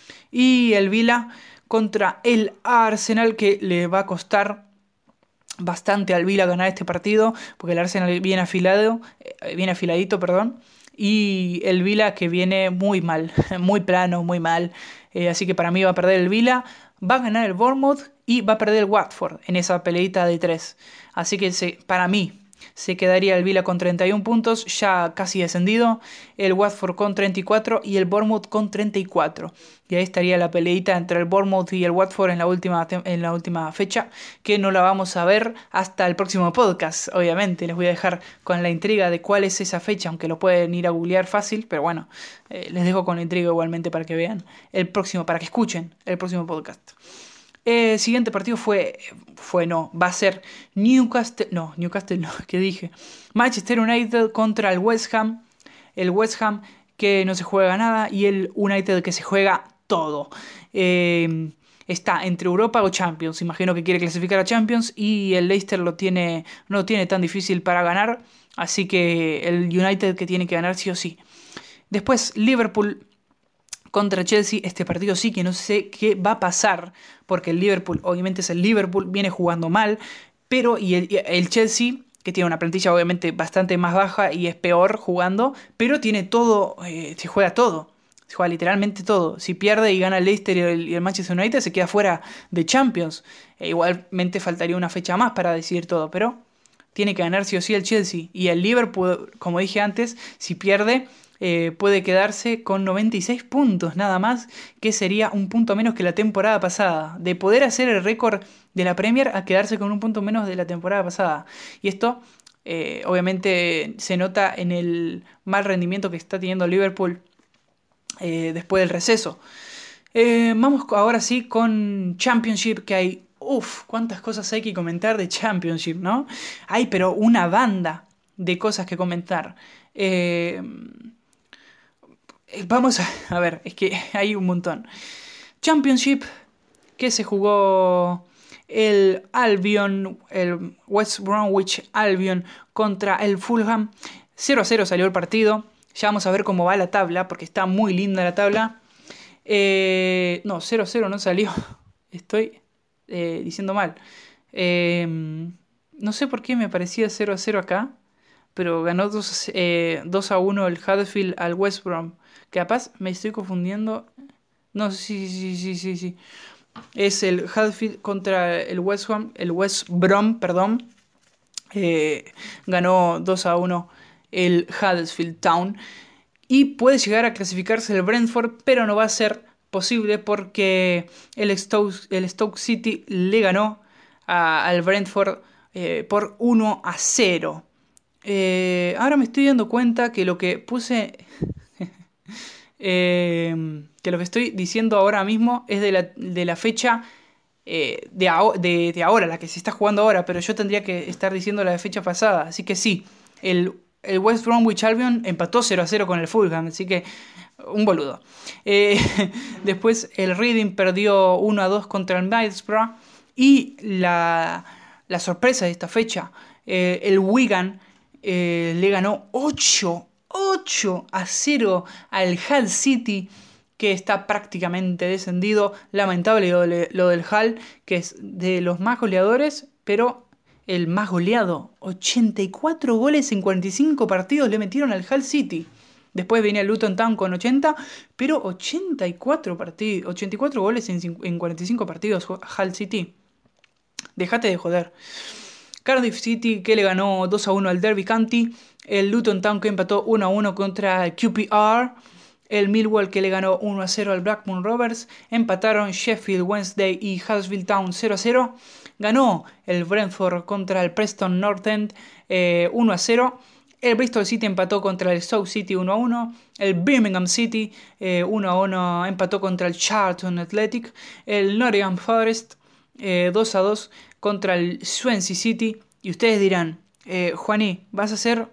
Y el Villa contra el Arsenal, que le va a costar bastante al Villa ganar este partido, porque el Arsenal viene afilado, eh, viene afiladito, perdón, y el Villa que viene muy mal, muy plano, muy mal, eh, así que para mí va a perder el Villa, va a ganar el Bournemouth y va a perder el Watford en esa peleita de tres, así que se, para mí se quedaría el Villa con treinta y uno puntos, ya casi descendido, el Watford con treinta y cuatro y el Bournemouth con treinta y cuatro. Y ahí estaría la peleita entre el Bournemouth y el Watford en la última, en la última fecha, que no la vamos a ver hasta el próximo podcast, obviamente. Les voy a dejar con la intriga de cuál es esa fecha, aunque lo pueden ir a googlear fácil, pero bueno, eh, les dejo con la intriga igualmente para que vean el próximo, para que escuchen el próximo podcast. El siguiente partido fue, fue no, va a ser Newcastle, no, Newcastle no, ¿qué dije? Manchester United contra el West Ham, el West Ham que no se juega nada y el United que se juega todo. Eh, está entre Europa o Champions, imagino que quiere clasificar a Champions y el Leicester lo tiene, no lo tiene tan difícil para ganar, así que el United que tiene que ganar sí o sí. Después Liverpool contra Chelsea, este partido sí que no sé qué va a pasar, porque el Liverpool, obviamente es el Liverpool, viene jugando mal, pero y el, el Chelsea, que tiene una plantilla obviamente bastante más baja y es peor jugando, pero tiene todo, eh, se juega todo, se juega literalmente todo. Si pierde y gana el Leicester y el, y el Manchester United, se queda fuera de Champions. E igualmente faltaría una fecha más para decidir todo, pero tiene que ganar sí o sí el Chelsea. Y el Liverpool, como dije antes, si pierde, eh, puede quedarse con noventa y seis puntos nada más, que sería un punto menos que la temporada pasada. De poder hacer el récord de la Premier a quedarse con un punto menos de la temporada pasada. Y esto eh, obviamente se nota en el mal rendimiento que está teniendo Liverpool eh, después del receso. Eh, vamos ahora sí con Championship, que hay... Uf, cuántas cosas hay que comentar de Championship, ¿no? Hay pero una banda de cosas que comentar. Eh, vamos a, a ver, es que hay un montón. Championship, que se jugó el Albion, el West Bromwich Albion contra el Fulham. cero a cero salió el partido. Ya vamos a ver cómo va la tabla, porque está muy linda la tabla. Eh, no, cero a cero no salió. Estoy eh, diciendo mal. Eh, no sé por qué me parecía cero a cero acá, pero ganó dos, eh, dos a uno el Huddersfield al West Brom. Capaz me estoy confundiendo. No, sí, sí, sí, sí, sí. Es el Huddersfield contra el West Ham, el West Brom, perdón. Eh, ganó dos a uno el Huddersfield Town. Y puede llegar a clasificarse el Brentford, pero no va a ser posible porque el Stoke, el Stoke City le ganó a, al Brentford eh, por uno a cero. Eh, ahora me estoy dando cuenta que lo que puse eh, que lo que estoy diciendo ahora mismo es de la, de la fecha eh, de, de, de, ahora, la que se está jugando ahora, pero yo tendría que estar diciendo la de fecha pasada. Así que sí, el, el West Bromwich Albion empató cero a cero con el Fulham, así que un boludo. Eh, después el Reading perdió uno a dos contra el Middlesbrough y la, la sorpresa de esta fecha, eh, el Wigan eh, le ganó ocho a cero al Hull City, que está prácticamente descendido. Lamentable lo, de, lo del Hull, que es de los más goleadores, pero el más goleado. ochenta y cuatro goles en cuarenta y cinco partidos le metieron al Hull City. Después venía el Luton Town con ochenta, pero ochenta y cuatro, partidos, ochenta y cuatro goles en, en cuarenta y cinco partidos Hull City. Dejate de joder. Cardiff City, que le ganó dos a uno al Derby County. El Luton Town, que empató uno a uno contra el Q P R. El Millwall, que le ganó uno a cero al Blackburn Rovers. Empataron Sheffield Wednesday y Huddersfield Town cero a cero. Ganó el Brentford contra el Preston North End eh, uno a cero. El Bristol City empató contra el Stoke City uno a uno. El Birmingham City eh, uno a uno empató contra el Charlton Athletic. El Nottingham Forest eh, dos a dos contra el Swansea City. Y ustedes dirán, eh, Juaní, vas a hacer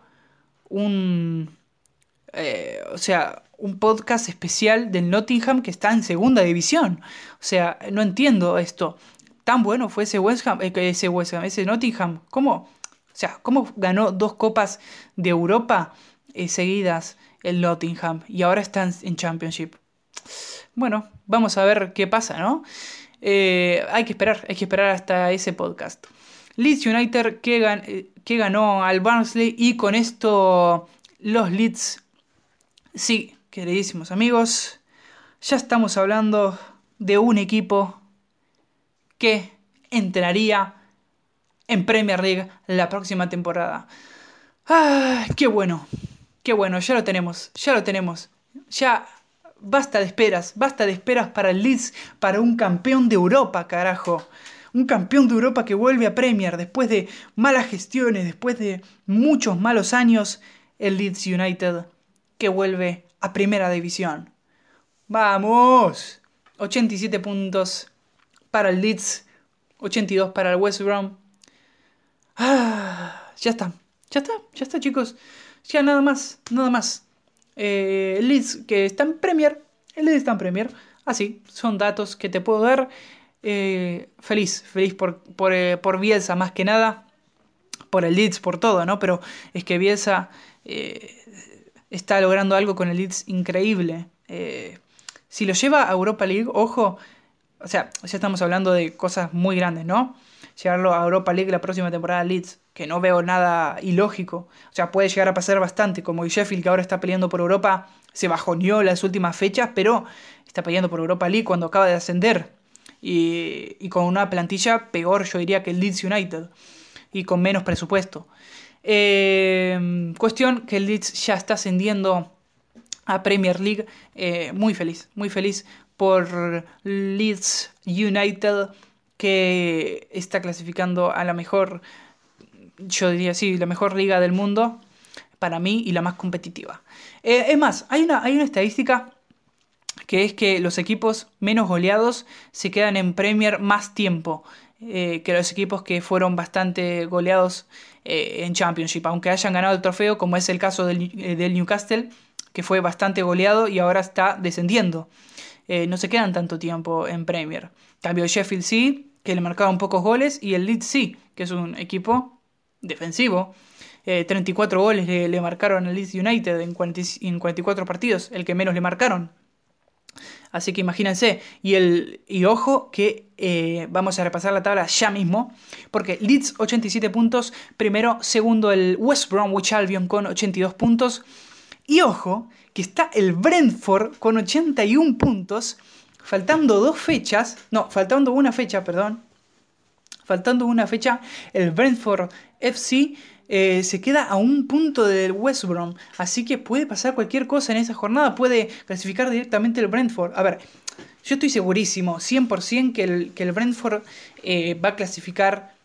un... Eh, o sea, un podcast especial del Nottingham que está en segunda división. O sea, no entiendo esto. Tan bueno fue ese West Ham, eh, ese West Ham, ese Nottingham. ¿Cómo? O sea, ¿cómo ganó dos copas de Europa eh, seguidas el Nottingham y ahora están en Championship? Bueno, vamos a ver qué pasa, ¿no? Eh, hay que esperar, hay que esperar hasta ese podcast. Leeds United que, gan eh, que ganó al Barnsley y con esto los Leeds, sí, queridísimos amigos, ya estamos hablando de un equipo que entraría en Premier League la próxima temporada. ¡Ah! ¡Qué bueno! ¡Qué bueno! Ya lo tenemos, ya lo tenemos. Ya basta de esperas, basta de esperas para el Leeds, para un campeón de Europa, carajo. Un campeón de Europa que vuelve a Premier después de malas gestiones, después de muchos malos años. El Leeds United que vuelve a Primera División. ¡Vamos! ochenta y siete puntos para el Leeds, ochenta y dos para el West Brom. Ah, ya está, ya está, ya está, chicos. Ya nada más, nada más. Eh, el Leeds que está en Premier, el Leeds está en Premier. Así, son datos que te puedo dar. Eh, feliz, feliz por, por, eh, por Bielsa más que nada. Por el Leeds, por todo, ¿no? Pero es que Bielsa eh, está logrando algo con el Leeds increíble. Eh, si lo lleva a Europa League, ojo, o sea, ya estamos hablando de cosas muy grandes, ¿no? Llevarlo a Europa League la próxima temporada Leeds, que no veo nada ilógico. O sea, puede llegar a pasar bastante, como el Sheffield, que ahora está peleando por Europa, se bajoneó las últimas fechas, pero está peleando por Europa League cuando acaba de ascender. Y, y con una plantilla peor, yo diría, que el Leeds United. Y con menos presupuesto. Eh, cuestión que el Leeds ya está ascendiendo a Premier League. Eh, muy feliz, muy feliz por Leeds United, que está clasificando a la mejor, yo diría sí, la mejor liga del mundo para mí y la más competitiva. Eh, es más, hay una, hay una estadística que es que los equipos menos goleados se quedan en Premier más tiempo eh, que los equipos que fueron bastante goleados eh, en Championship, aunque hayan ganado el trofeo, como es el caso del, eh, del Newcastle, que fue bastante goleado y ahora está descendiendo. Eh, no se quedan tanto tiempo en Premier. En cambio, el Sheffield sí, que le marcaron pocos goles, y el Leeds sí, que es un equipo defensivo. Eh, treinta y cuatro goles le, le marcaron al Leeds United en, cuarenta, en cuarenta y cuatro partidos, el que menos le marcaron. Así que imagínense. Y, el, y ojo que eh, vamos a repasar la tabla ya mismo. Porque Leeds ochenta y siete puntos. Primero, segundo el West Bromwich Albion con ochenta y dos puntos. Y ojo que está el Brentford con ochenta y uno puntos. Faltando dos fechas. No, faltando una fecha, perdón. Faltando una fecha, el Brentford F C eh, se queda a un punto del West Brom. Así que puede pasar cualquier cosa en esa jornada. Puede clasificar directamente el Brentford. A ver, yo estoy segurísimo, cien por ciento, que el, que el Brentford eh, va a clasificar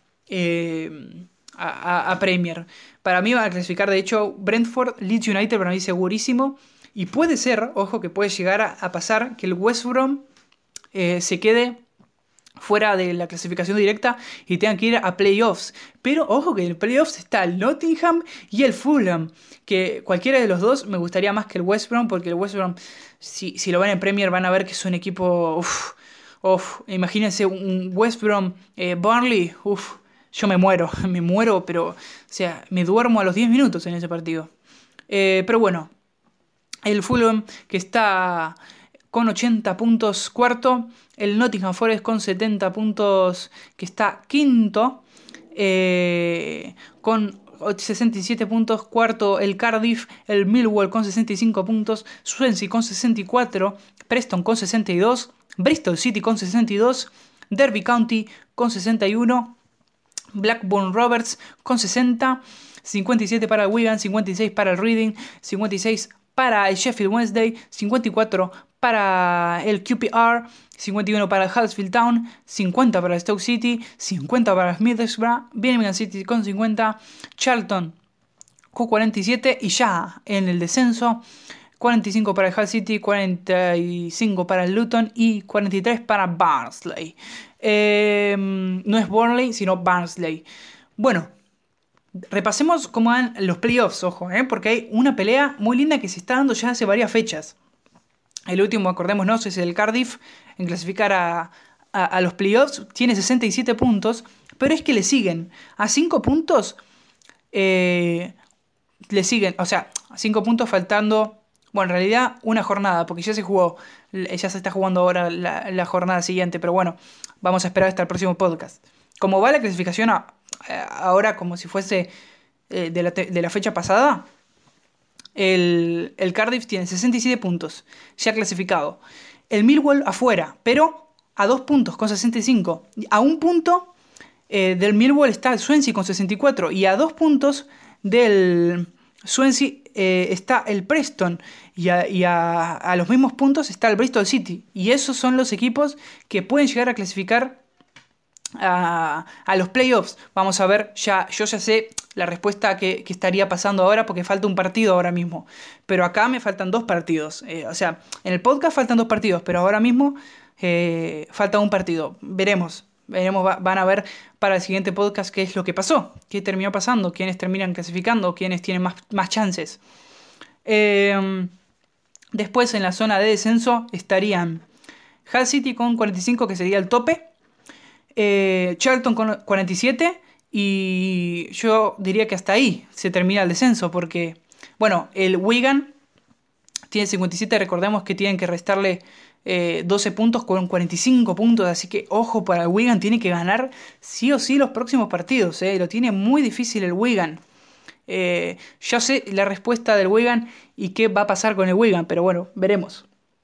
eh, a, a, a Premier. Para mí va a clasificar, de hecho, Brentford, Leeds United, para mí segurísimo. Y puede ser, ojo, que puede llegar a, a pasar que el West Brom eh, se quede fuera de la clasificación directa y tengan que ir a playoffs. Pero ojo que en el playoffs está el Nottingham y el Fulham, que cualquiera de los dos me gustaría más que el West Brom, porque el West Brom, si, si lo ven en Premier, van a ver que es un equipo, uff, uff, imagínense un West Brom, eh, Burnley, uff, yo me muero, me muero, pero, o sea, me duermo a los diez minutos en ese partido. Eh, pero bueno, el Fulham, que está con ochenta puntos cuarto, el Nottingham Forest con setenta puntos, que está quinto, eh, con sesenta y siete puntos, cuarto el Cardiff, el Millwall con sesenta y cinco puntos, Swansea con sesenta y cuatro, Preston con sesenta y dos, Bristol City con sesenta y dos, Derby County con sesenta y uno, Blackburn Rovers con sesenta, cincuenta y siete para el Wigan, cincuenta y seis para el Reading, cincuenta y seis para el Sheffield Wednesday, cincuenta y cuatro para el Q P R, cincuenta y uno para el Huddersfield Town, cincuenta para el Stoke City, cincuenta para el Middlesbrough, Birmingham City con cincuenta, Charlton con cuarenta y siete y ya en el descenso, cuarenta y cinco para el Hull City, cuarenta y cinco para el Luton y cuarenta y tres para Barnsley. Eh, no es Burnley, sino Barnsley. Bueno, repasemos cómo van los playoffs, ojo, ¿eh? Porque hay una pelea muy linda que se está dando ya hace varias fechas. El último, acordémonos, es el Cardiff en clasificar a, a, a los playoffs. Tiene sesenta y siete puntos, pero es que le siguen a cinco puntos. Eh, le siguen, o sea, a cinco puntos faltando. Bueno, en realidad una jornada, porque ya se jugó, ya se está jugando ahora la, la jornada siguiente, pero bueno, vamos a esperar hasta el próximo podcast. Como va la clasificación a, a, ahora como si fuese eh, de, la te, de la fecha pasada, el, el Cardiff tiene sesenta y siete puntos, ya clasificado. El Millwall afuera, pero a dos puntos con sesenta y cinco. A un punto eh, del Millwall está el Swansea con sesenta y cuatro y a dos puntos del Swansea eh, está el Preston y, a, y a, a los mismos puntos está el Bristol City. Y esos son los equipos que pueden llegar a clasificar a, a los playoffs. Vamos a ver, ya, yo ya sé la respuesta que, que estaría pasando ahora porque falta un partido ahora mismo. Pero acá me faltan dos partidos. Eh, o sea, en el podcast faltan dos partidos, pero ahora mismo eh, falta un partido. Veremos. Veremos, va, van a ver para el siguiente podcast qué es lo que pasó, qué terminó pasando, quiénes terminan clasificando, quiénes tienen más, más chances. Eh, después en la zona de descenso estarían Hull City con cuarenta y cinco, que sería el tope, eh, Charlton con cuarenta y siete, y yo diría que hasta ahí se termina el descenso, porque, bueno, el Wigan tiene cincuenta y siete, recordemos que tienen que restarle eh, doce puntos con cuarenta y cinco puntos, así que ojo para el Wigan, tiene que ganar sí o sí los próximos partidos, eh, lo tiene muy difícil el Wigan. Eh, ya sé la respuesta del Wigan y qué va a pasar con el Wigan, pero bueno, veremos.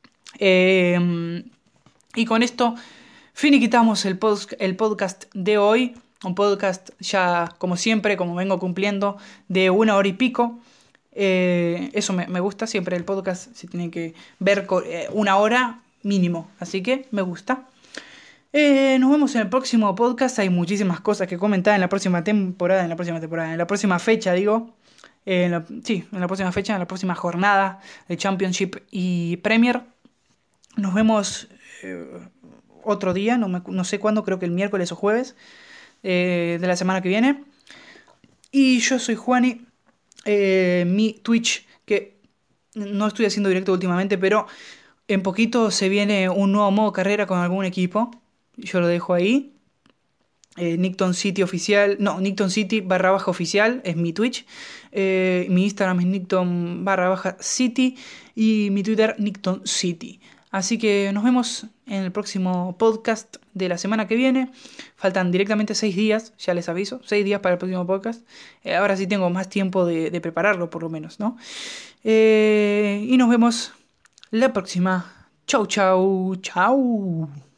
Eh, y con esto finiquitamos el, post, el podcast de hoy, un podcast ya como siempre, como vengo cumpliendo, de una hora y pico. Eh, eso me, me gusta, siempre el podcast se tiene que ver co- eh, una hora mínimo, así que me gusta. Eh, nos vemos en el próximo podcast. Hay muchísimas cosas que comentar en la próxima temporada, en la próxima temporada, en la próxima fecha, digo. Eh, en la- sí, en la próxima fecha, en la próxima jornada de Championship y Premier. Nos vemos eh, otro día, no, me- no sé cuándo, creo que el miércoles o jueves eh, de la semana que viene. Y yo soy Juani, eh, mi Twitch, que no estoy haciendo directo últimamente, pero en poquito se viene un nuevo modo carrera con algún equipo. Yo lo dejo ahí. Eh, Nickton City oficial, no, Nickton City barra baja oficial es mi Twitch. Eh, mi Instagram es Nickton barra baja City y mi Twitter Nickton City. Así que nos vemos en el próximo podcast de la semana que viene. Faltan directamente seis días, ya les aviso, seis días para el próximo podcast. Eh, ahora sí tengo más tiempo de, de prepararlo, por lo menos, ¿no? Eh, y nos vemos la próxima. Chau, chau, chau.